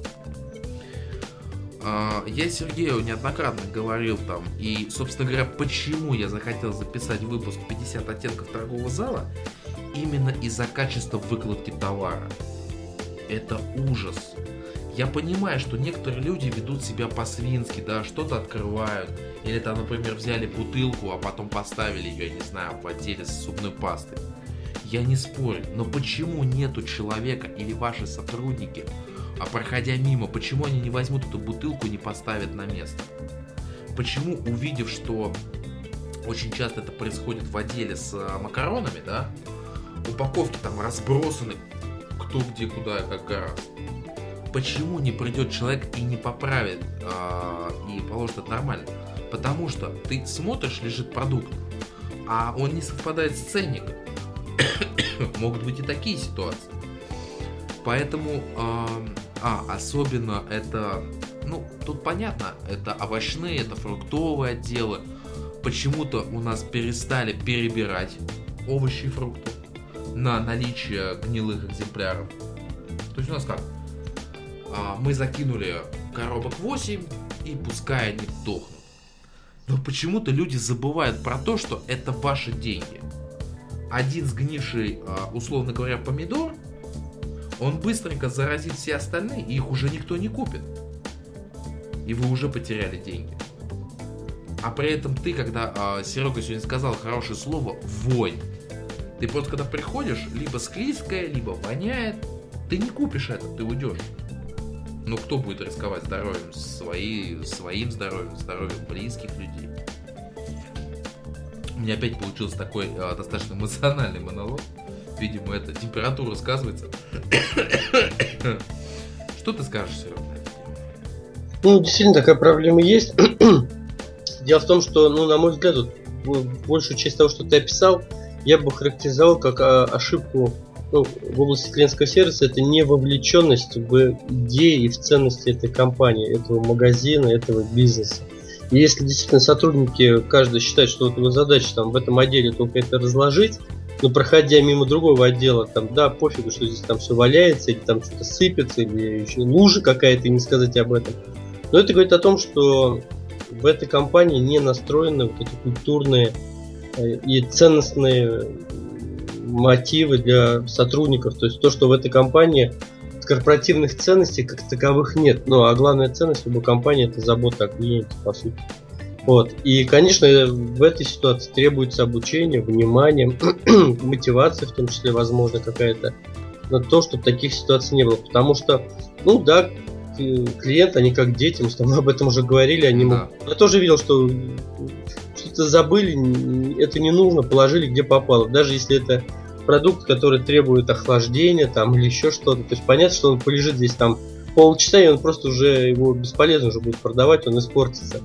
А, я Сергею неоднократно говорил там, и, собственно говоря, почему я захотел записать выпуск пятьдесят оттенков торгового зала, именно из-за качества выкладки товара. Это ужас. Я понимаю, что некоторые люди ведут себя по-свински, да, что-то открывают, или там, например, взяли бутылку, а потом поставили ее, я не знаю, в отделе с зубной пастой. Я не спорю, но почему нету человека или ваши сотрудники, а проходя мимо, почему они не возьмут эту бутылку и не поставят на место? Почему, увидев, что очень часто это происходит в отделе с макаронами, да, упаковки там разбросаны кто где, куда и как гораздо, почему не придет человек и не поправит а, и положит это нормально? Потому что ты смотришь, лежит продукт, а он не совпадает с ценником. Могут быть и такие ситуации. Поэтому, а, а, особенно это, ну, тут понятно, это овощные, это фруктовые отделы. Почему-то у нас перестали перебирать овощи и фрукты на наличие гнилых экземпляров. То есть у нас как? А, мы закинули коробок восемь, и пускай они дохнут. Но почему-то люди забывают про то, что это ваши деньги. Один сгнивший, условно говоря, помидор, он быстренько заразит все остальные, и их уже никто не купит. И вы уже потеряли деньги. А при этом ты, когда а, Серега сегодня сказал хорошее слово «вонь», ты просто когда приходишь, либо склизкое, либо воняет, ты не купишь это, ты уйдешь. Ну кто будет рисковать здоровьем свои, своим здоровьем, здоровьем близких людей? У меня опять получился такой а, достаточно эмоциональный монолог. Видимо, это температура сказывается. Что ты скажешь, Серега? Ну, действительно, такая проблема есть. Дело в том, что, ну, на мой взгляд, вот, большую часть того, что ты описал, я бы характеризовал как а, ошибку, ну, в области клиентского сервиса. Это не вовлеченность в идеи и в ценности этой компании, этого магазина, этого бизнеса. И если действительно сотрудники, каждый считает, что вот его задача там в этом отделе только это разложить, но проходя мимо другого отдела, там, да, пофигу, что здесь там все валяется, или там что-то сыпется, или еще лужа какая-то, и не сказать об этом. Но это говорит о том, что в этой компании не настроены вот эти культурные и ценностные мотивы для сотрудников. То есть то, что в этой компании корпоративных ценностей как таковых нет. Ну, а главная ценность любой компании — это забота о клиенте, по сути. Вот. И, конечно, в этой ситуации требуется обучение, внимание, мотивация, в том числе, возможно, какая-то, на то, чтобы таких ситуаций не было. Потому что, ну да, клиенты, они как дети, мы с тобой об этом уже говорили, они Да. могут... Я тоже видел, что что-то забыли, это не нужно, положили где попало. Даже если это продукт, который требует охлаждения там, или еще что-то. То есть понятно, что он полежит здесь там полчаса, и он просто уже, его бесполезно уже будет продавать, он испортится.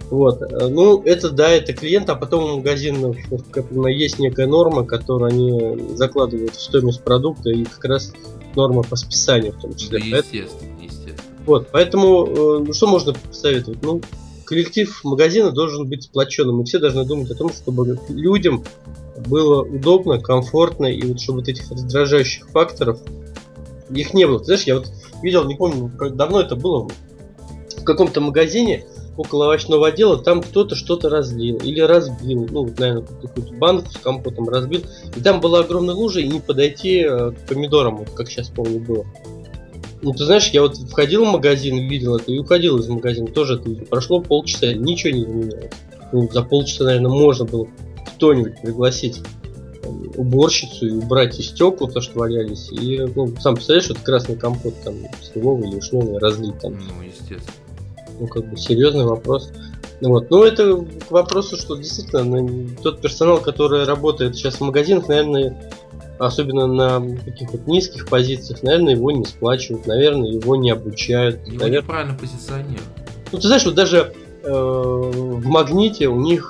Вот. Ну, это да, это клиент, а потом у магазинов, как я понимаю, есть некая норма, которую они закладывают в стоимость продукта, и как раз норма по списанию в том числе. Да, естественно, естественно. Вот, поэтому, ну, что можно посоветовать? Ну, коллектив магазина должен быть сплоченным, и все должны думать о том, чтобы людям было удобно, комфортно, и вот чтобы вот этих раздражающих факторов их не было. Ты знаешь, я вот видел, не помню, как давно это было, в каком-то магазине около овощного отдела, там кто-то что-то разлил или разбил, ну, вот, наверное, какую-то банку с компотом разбил, и там была огромная лужа, и не подойти э, к помидорам, вот, как сейчас помню было. Ну, ты знаешь, я вот входил в магазин, видел это, и уходил из магазина, тоже это видел. Прошло полчаса, ничего не изменилось. Ну, за полчаса, наверное, можно было кто-нибудь пригласить там, уборщицу и убрать и стекла, то, что валялись, и, ну, сам представляешь, вот красный компот там сливовый или вишневый разлить там. Ну, естественно. Ну, как бы серьезный вопрос. Вот. Ну, это к вопросу, что действительно тот персонал, который работает сейчас в магазинах, наверное, особенно на таких вот низких позициях, наверное, его не сплачивают, наверное, его не обучают. Его наверное... неправильно позиционируют. Ну, ты знаешь, вот даже э, в Магните у них,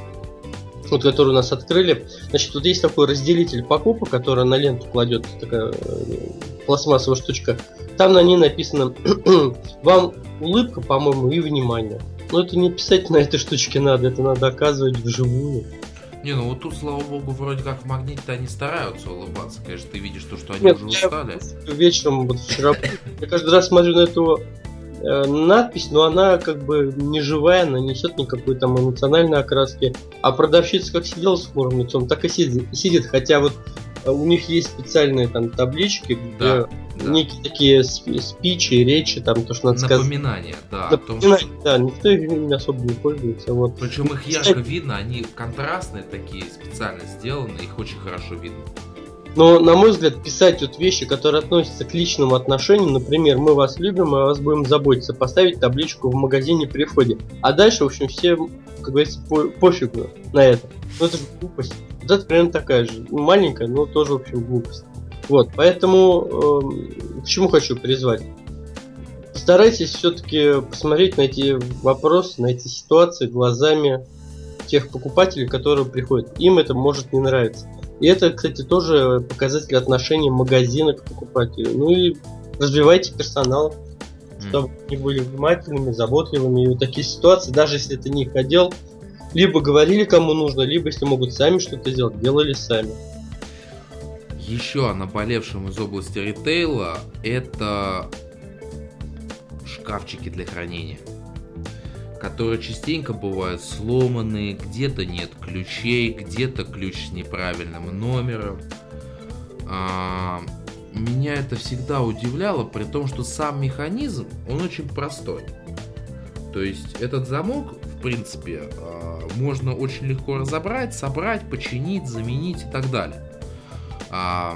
вот который у нас открыли, значит, вот есть такой разделитель покупок, который на ленту кладет, такая э, пластмассовая штучка. Там на ней написано «Вам улыбка, по-моему, и внимание». Но это не писать на этой штучке надо, это надо оказывать вживую. Не, ну вот тут, слава богу, вроде как в Магните они стараются улыбаться. Конечно, ты видишь то, что они Нет, уже я устали. Вечером, вот вчера, я каждый раз смотрю на эту э, надпись, но она как бы не живая, она несет никакой там эмоциональной окраски. А продавщица как сидела с хмурым лицом, так и сидит, сидит. Хотя вот у них есть специальные там таблички, где Да, да. некие такие спичи, речи, там то, что надо сказать. Напоминание, да, о том, Напоминание, что... да, никто ими особо не пользуется. Вот. Причем их ярко видно, они контрастные такие, специально сделаны, их очень хорошо видно. Но, на мой взгляд, писать вот вещи, которые относятся к личным отношениям, например, мы вас любим, мы о вас будем заботиться, поставить табличку в магазине при входе. А дальше, в общем, все, как говорится, по пофигу на это. Ну это же глупость. Вот это примерно такая же, маленькая, но тоже, в общем, глупость. Вот, поэтому э, к чему хочу призвать. Постарайтесь все-таки посмотреть на эти вопросы, на эти ситуации глазами тех покупателей, которые приходят. Им это может не нравиться. И это, кстати, тоже показатель отношения магазина к покупателю. Ну и развивайте персонал, чтобы они были внимательными, заботливыми. И вот такие ситуации, даже если это не их отдел, либо говорили кому нужно, либо если могут сами что-то сделать, делали сами. Еще о наболевшем из области ритейла — это шкафчики для хранения, которые частенько бывают сломанные, где-то нет ключей, где-то ключ с неправильным номером. А, меня это всегда удивляло, при том, что сам механизм, он очень простой. То есть этот замок, в принципе, а, можно очень легко разобрать, собрать, починить, заменить и так далее. А,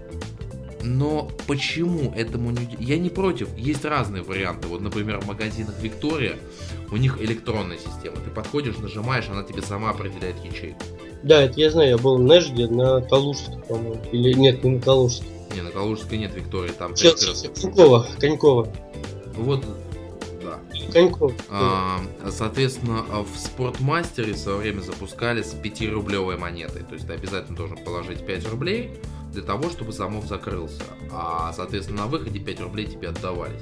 но почему этому не... Я не против, есть разные варианты. Вот, например, в магазинах Виктория у них электронная система. Ты подходишь, нажимаешь, она тебе сама определяет ячейку. Да, это я знаю, я был на Нэжде, на Калужской, по-моему. Или нет, не на Калужской. Не, на Калужской нет Виктории, там... Конькова, Конькова. Вот, да. Конькова. А, соответственно, в Спортмастере в свое время запускали с пятирублевой монетой. То есть ты обязательно должен положить пять рублей для того, чтобы замок закрылся. А, соответственно, на выходе пять рублей тебе отдавались.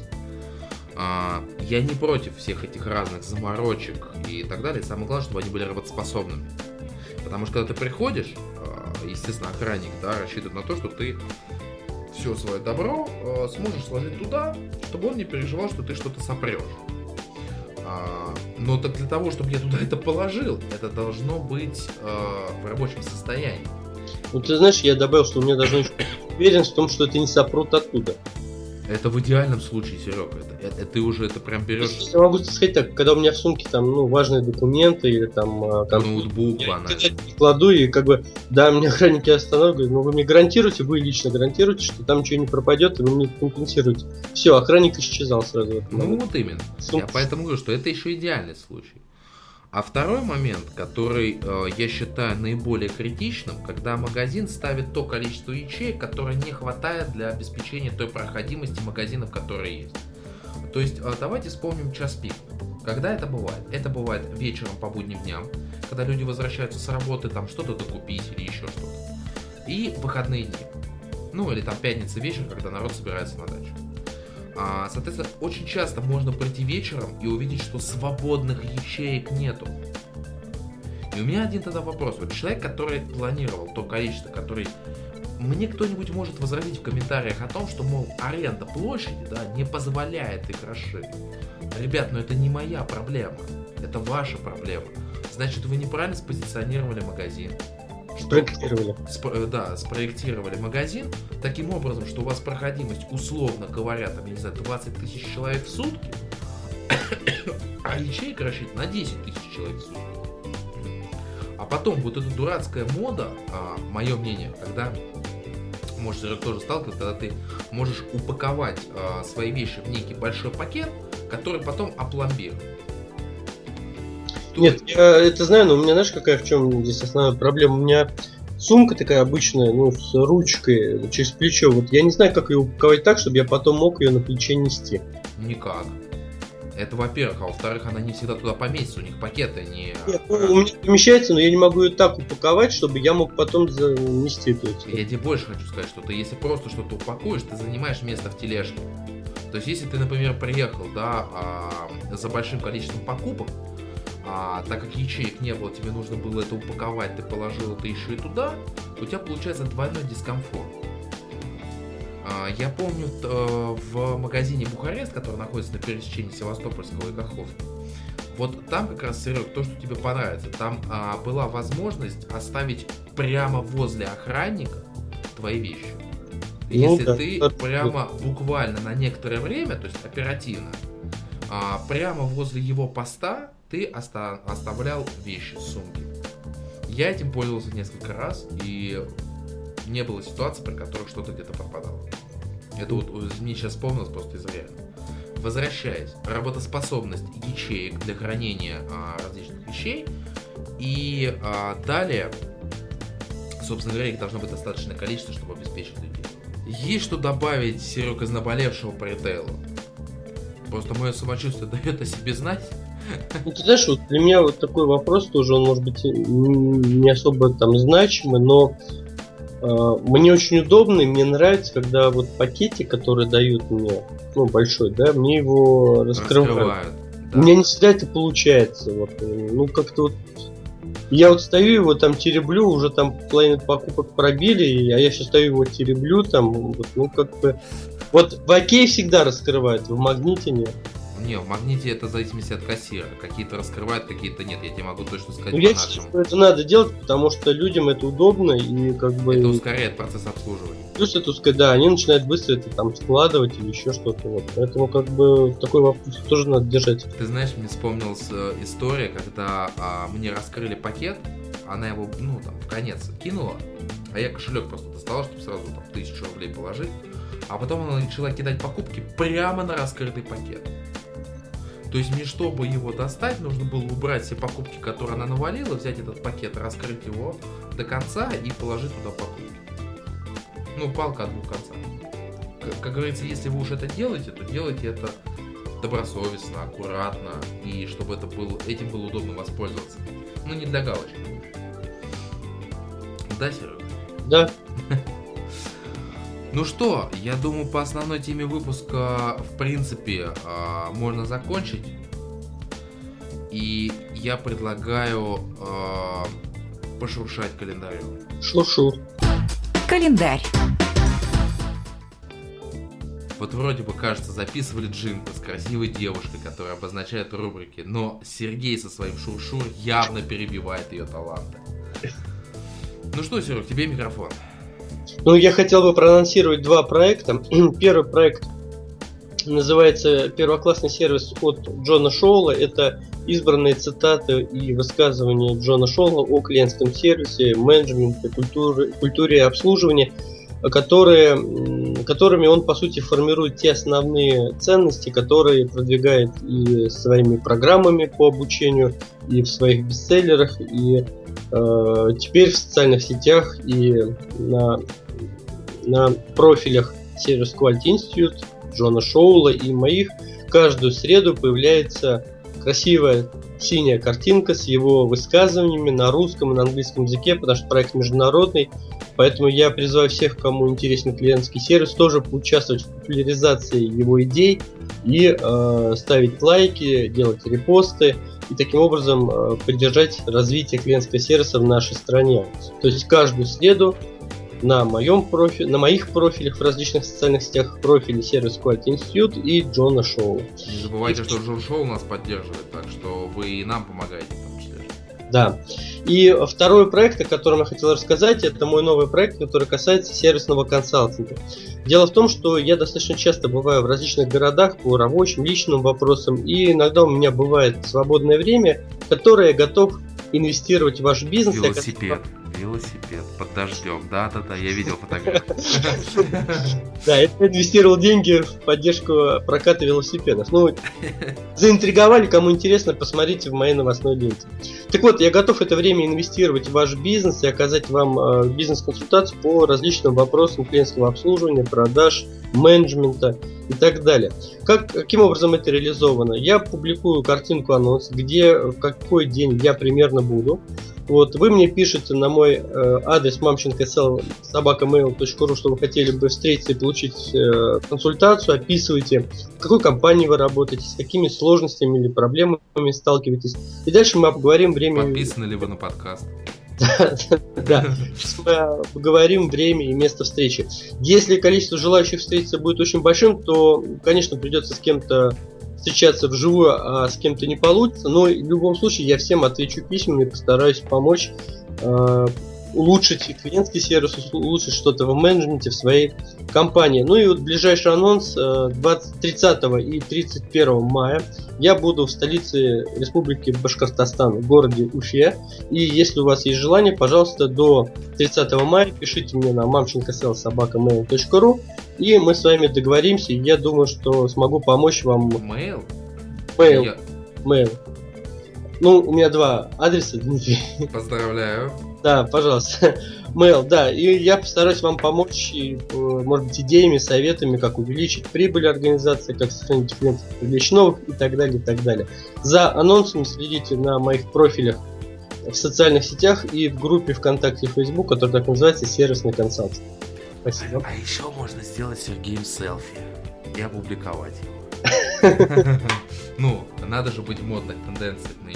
А, я не против всех этих разных заморочек и так далее. Самое главное, чтобы они были работоспособными. Потому что когда ты приходишь, естественно, охранник, да, рассчитывает на то, что ты все свое добро сможешь сложить туда, чтобы он не переживал, что ты что-то сопрешь. А, но так для того, чтобы я туда это положил, это должно быть а, в рабочем состоянии. Ну ты знаешь, я добавил, что у меня должна быть уверенность в том, что это не сопрут оттуда. Это в идеальном случае, Серега. Это, это ты уже это прям берешь. Я могу сказать так, когда у меня в сумке там, ну, важные документы или там, там ноутбук, банально. Я кладу и как бы, да, мне охранники останавливают, говорят, ну вы мне гарантируете, вы лично гарантируете, что там ничего не пропадет, и вы мне компенсируете. Все, охранник исчезал сразу. Ну вот именно. Сумка. Я поэтому говорю, что это еще идеальный случай. А второй момент, который э, я считаю наиболее критичным, когда магазин ставит то количество ячеек, которое не хватает для обеспечения той проходимости магазинов, которые есть. То есть э, давайте вспомним час пик. Когда это бывает? Это бывает вечером по будним дням, когда люди возвращаются с работы, там что-то докупить или еще что-то. И выходные дни. Ну, или там пятница вечер, когда народ собирается на дачу. А, соответственно, очень часто можно прийти вечером и увидеть, что свободных ячеек нету. И у меня один тогда вопрос. Вот человек, который планировал то количество, который... Мне кто-нибудь может возразить в комментариях о том, что, мол, аренда площади, да, не позволяет их расширить. Ребят, ну это не моя проблема. Это ваша проблема. Значит, вы неправильно спозиционировали магазин. Спроектировали. Спро- да, спроектировали магазин таким образом, что у вас проходимость, условно говоря, там, я не знаю, двадцать тысяч человек в сутки, а ячейка рассчитана на десять тысяч человек в сутки. А потом вот эта дурацкая мода, а, мое мнение, когда, может, Серег тоже сталкивался, когда ты можешь упаковать а, свои вещи в некий большой пакет, который потом опломбирует. Нет, я это знаю, но у меня, знаешь, какая в чем здесь основная проблема? У меня сумка такая обычная, ну, с ручкой через плечо. Вот я не знаю, как ее упаковать так, чтобы я потом мог ее на плече нести. Никак. Это, во-первых, а во-вторых, она не всегда туда поместится, у них пакеты не... Нет, ну, у меня помещается, но я не могу ее так упаковать, чтобы я мог потом занести эту. Я тебе больше хочу сказать, что ты, если просто что-то упакуешь, ты занимаешь место в тележке. То есть, если ты, например, приехал, да, а, за большим количеством покупок, а, так как ячеек не было, тебе нужно было это упаковать, ты положил это еще и туда, у тебя получается двойной дискомфорт. А, я помню т, в магазине Бухарест, который находится на пересечении Севастопольского и Каховского, вот там как раз, Серег, то, что тебе понравится, там а, была возможность оставить прямо возле охранника твои вещи. Если ну, да, ты да, прямо да. буквально на некоторое время, то есть оперативно, а, прямо возле его поста ты оста- оставлял вещи, сумки. Я этим пользовался несколько раз, и не было ситуации, при которых что-то где-то пропадало. Это вот мне сейчас вспомнилось просто из реального. Возвращаясь, работоспособность ячеек для хранения а, различных вещей, и а, далее, собственно говоря, их должно быть достаточное количество, чтобы обеспечить людей. Есть что добавить, Серег, из наболевшего по ритейлу? Просто мое самочувствие дает о себе знать. Ну, ты знаешь, вот для меня вот такой вопрос тоже, он может быть не особо там значимый, но э, мне очень удобно и мне нравится, когда вот пакетик, который дают мне, ну, большой, да, мне его раскрывают. раскрывают да. У меня не всегда это получается. Вот, ну, как-то вот я вот стою его там тереблю, уже там половину покупок пробили, а я сейчас стою его тереблю, там, вот, ну, как бы... Вот в Окей всегда раскрывают, в Магните нет. Не, в Магните это в зависимости от кассира. Какие-то раскрывают, какие-то нет. Я тебе могу точно сказать ну, по я нашему. считаю, что это надо делать, потому что людям это удобно и как бы... Это ускоряет процесс обслуживания. Плюс это ускоряет, да, они начинают быстро это там складывать или еще что-то. Вот. Поэтому как бы такой вопрос тоже надо держать. Ты знаешь, мне вспомнилась история, когда а, мне раскрыли пакет, она его, ну, там, в конец кинула, а я кошелек просто достала, чтобы сразу там тысячу рублей положить. А потом она начала кидать покупки прямо на раскрытый пакет. То есть мне, чтобы его достать, нужно было убрать все покупки, которые она навалила, взять этот пакет, раскрыть его до конца и положить туда покупки. Ну, палка от двух концов. Как, как говорится, если вы уж это делаете, то делайте это добросовестно, аккуратно, и чтобы это было, этим было удобно воспользоваться. Ну, не для галочки. Да, Серега? Да. Ну что, я думаю, по основной теме выпуска, в принципе, можно закончить. И я предлагаю пошуршать календарем. Шур-шур. Календарь. Вот вроде бы, кажется, записывали джингл с красивой девушкой, которая обозначает рубрики, но Сергей со своим шур-шур явно перебивает ее таланты. Ну что, Серег, тебе микрофон. Ну, я хотел бы проанонсировать два проекта. Первый проект называется «Первоклассный сервис» от Джона Шоула. Это избранные цитаты и высказывания Джона Шоула о клиентском сервисе, менеджменте, культуре, культуре и обслуживании, которые, которыми он, по сути, формирует те основные ценности, которые продвигает и своими программами по обучению, и в своих бестселлерах, и э, теперь в социальных сетях, и на, на профилях Service Quality Institute, Джона Шоула и моих. Каждую среду появляется красивая синяя картинка с его высказываниями на русском и на английском языке, потому что проект международный. Поэтому я призываю всех, кому интересен клиентский сервис, тоже поучаствовать в популяризации его идей и э, ставить лайки, делать репосты и таким образом э, поддержать развитие клиентского сервиса в нашей стране. То есть каждую среду на моем профиле, на моих профилях в различных социальных сетях, профиле сервис Quality Institute и Джона Шоу. Не забывайте, и... что Джон Шоу нас поддерживает, так что вы и нам помогаете в том числе. Да. И второй проект, о котором я хотел рассказать, это мой новый проект, который касается сервисного консалтинга. Дело в том, что я достаточно часто бываю в различных городах по рабочим, личным вопросам, и иногда у меня бывает свободное время, которое я готов инвестировать в ваш бизнес. Велосипед. Велосипед под дождем. Да-да-да, я видел фотографию. Да, я инвестировал деньги в поддержку проката велосипедов. Ну, заинтриговали, кому интересно, посмотрите в моей новостной ленте. Так вот, я готов это время инвестировать в ваш бизнес и оказать вам бизнес-консультацию по различным вопросам клиентского обслуживания, продаж, менеджмента и так далее. Как, каким образом это реализовано? Я публикую картинку-анонс, где, в какой день я примерно буду. Вот, вы мне пишете на мой э, адрес мамченко собака мейл точка ру, что вы хотели бы встретиться и получить э, консультацию, описывайте, в какой компании вы работаете, с какими сложностями или проблемами сталкиваетесь. И дальше мы обговорим время... Подписаны ли вы на подкаст? Да, сейчас мы обговорим время и место встречи. Если количество желающих встретиться будет очень большим, то, конечно, придется с кем-то встречаться вживую, а с кем-то не получится. Но в любом случае я всем отвечу письменно и постараюсь помочь э, улучшить клиентский сервис, улучшить что-то в менеджменте, в своей компании. Ну и вот ближайший анонс э, тридцатого и тридцать первого мая я буду в столице Республики Башкортостан, в городе Уфе. И если у вас есть желание, пожалуйста, до тридцатого мая пишите мне на мамченко собака мейл точка ру, и мы с вами договоримся, и я думаю, что смогу помочь вам. Мейл? Мейл. Я... Мейл. Ну, у меня два адреса, Дмитрий. Поздравляю. Да, пожалуйста. Mail, да. И я постараюсь вам помочь, и, может быть, идеями, советами, как увеличить прибыль организации, как сохранить клиентов, привлечь новых и так далее, и так далее. За анонсами следите на моих профилях в социальных сетях и в группе ВКонтакте и Facebook, которая так называется «Сервисный консалтинг». Спасибо. А, а еще можно сделать с Сергеем селфи и опубликовать его. Ну, надо же быть в модных тенденциях нынче.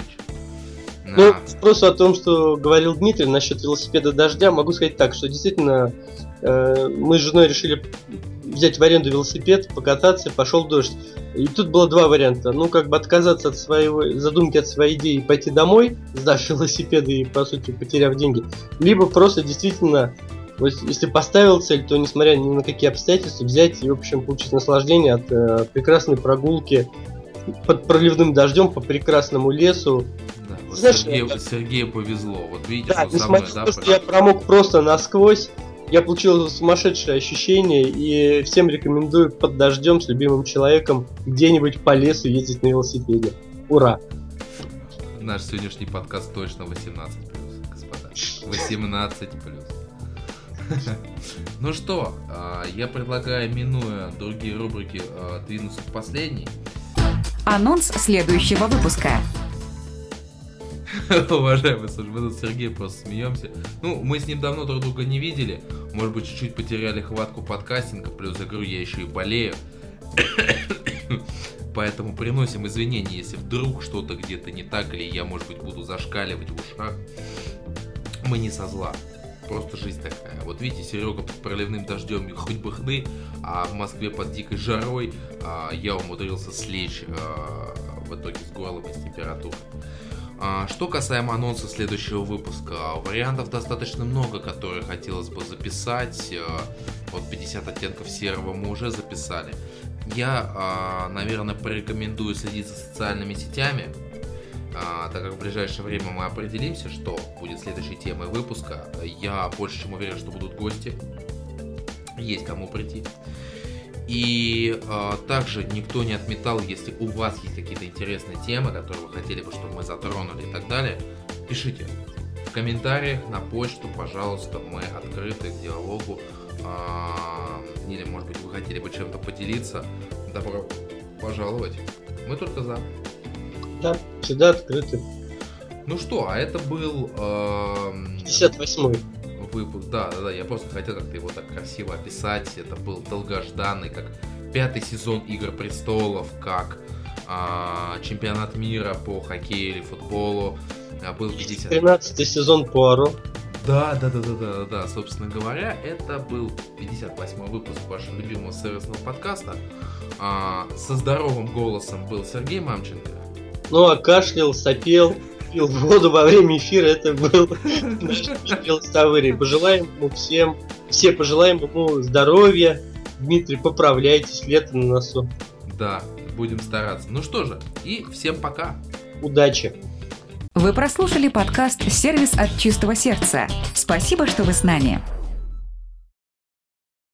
Ну, вопрос о том, что говорил Дмитрий насчет велосипеда дождя, могу сказать так, что действительно э, мы с женой решили взять в аренду велосипед, покататься, пошел дождь. И тут было два варианта. Ну, как бы отказаться от своего задумки, от своей идеи и пойти домой, сдав велосипед и, по сути, потеряв деньги. Либо просто действительно, вот, если поставил цель, то, несмотря ни на какие обстоятельства, взять и, в общем, получить наслаждение от э, прекрасной прогулки под проливным дождем по прекрасному лесу. Да, вот знаешь, Сергею, это... Сергею повезло. Вот видите, да, что со мной, да? Что я промок просто насквозь. Я получил сумасшедшее ощущение и всем рекомендую под дождем с любимым человеком где-нибудь по лесу ездить на велосипеде. Ура! Наш сегодняшний подкаст точно восемнадцать плюс, господа. восемнадцать плюс. Ну что, я предлагаю, минуя другие рубрики, двинуться к последней. Анонс следующего выпуска. Уважаемые слушатели, мы тут с Сергеем просто смеемся. Ну, мы с ним давно друг друга не видели. Может быть, чуть-чуть потеряли хватку подкастинга. Плюс, я говорю, я еще и болею. Поэтому приносим извинения, если вдруг что-то где-то не так, или я, может быть, буду зашкаливать в ушах. Мы не со зла. Просто жизнь такая. Вот видите, Серега под проливным дождем хоть бы хны, а в Москве под дикой жарой а, я умудрился слечь а, в итоге с горлом и с температурой. А, что касаемо анонса следующего выпуска, вариантов достаточно много, которые хотелось бы записать. А, вот пятьдесят оттенков серого мы уже записали. Я, а, наверное, порекомендую следить за социальными сетями. А, так как в ближайшее время мы определимся, что будет следующей темой выпуска, я больше чем уверен, что будут гости. Есть кому прийти. И а, также никто не отметал, если у вас есть какие-то интересные темы, которые вы хотели бы, чтобы мы затронули и так далее, пишите в комментариях, на почту, пожалуйста, мы открыты к диалогу. А, или, может быть, вы хотели бы чем-то поделиться, добро пожаловать. Мы только за. Да, всегда открыты. Ну что, а это был... эм, пятьдесят восьмой. Выпуск, да, да, да, я просто хотел как-то его так красиво описать. Это был долгожданный, как пятый сезон Игр Престолов, как а, чемпионат мира по хоккею или футболу. А, был пятьдесят... тринадцатый сезон Пуаро. Да, да, да, да, да, да, да, собственно говоря, это был пятьдесят восьмой выпуск вашего любимого сервисного подкаста. А, со здоровым голосом был Сергей Мамченко. Ну, а кашлял, сопел, пил воду во время эфира. Это был наш Михаил Ставырий. Пожелаем ему всем, все пожелаем ему здоровья. Дмитрий, поправляйтесь, лето на носу. Да, будем стараться. Ну что же, и всем пока. Удачи. Вы прослушали подкаст «Сервис от чистого сердца». Спасибо, что вы с нами.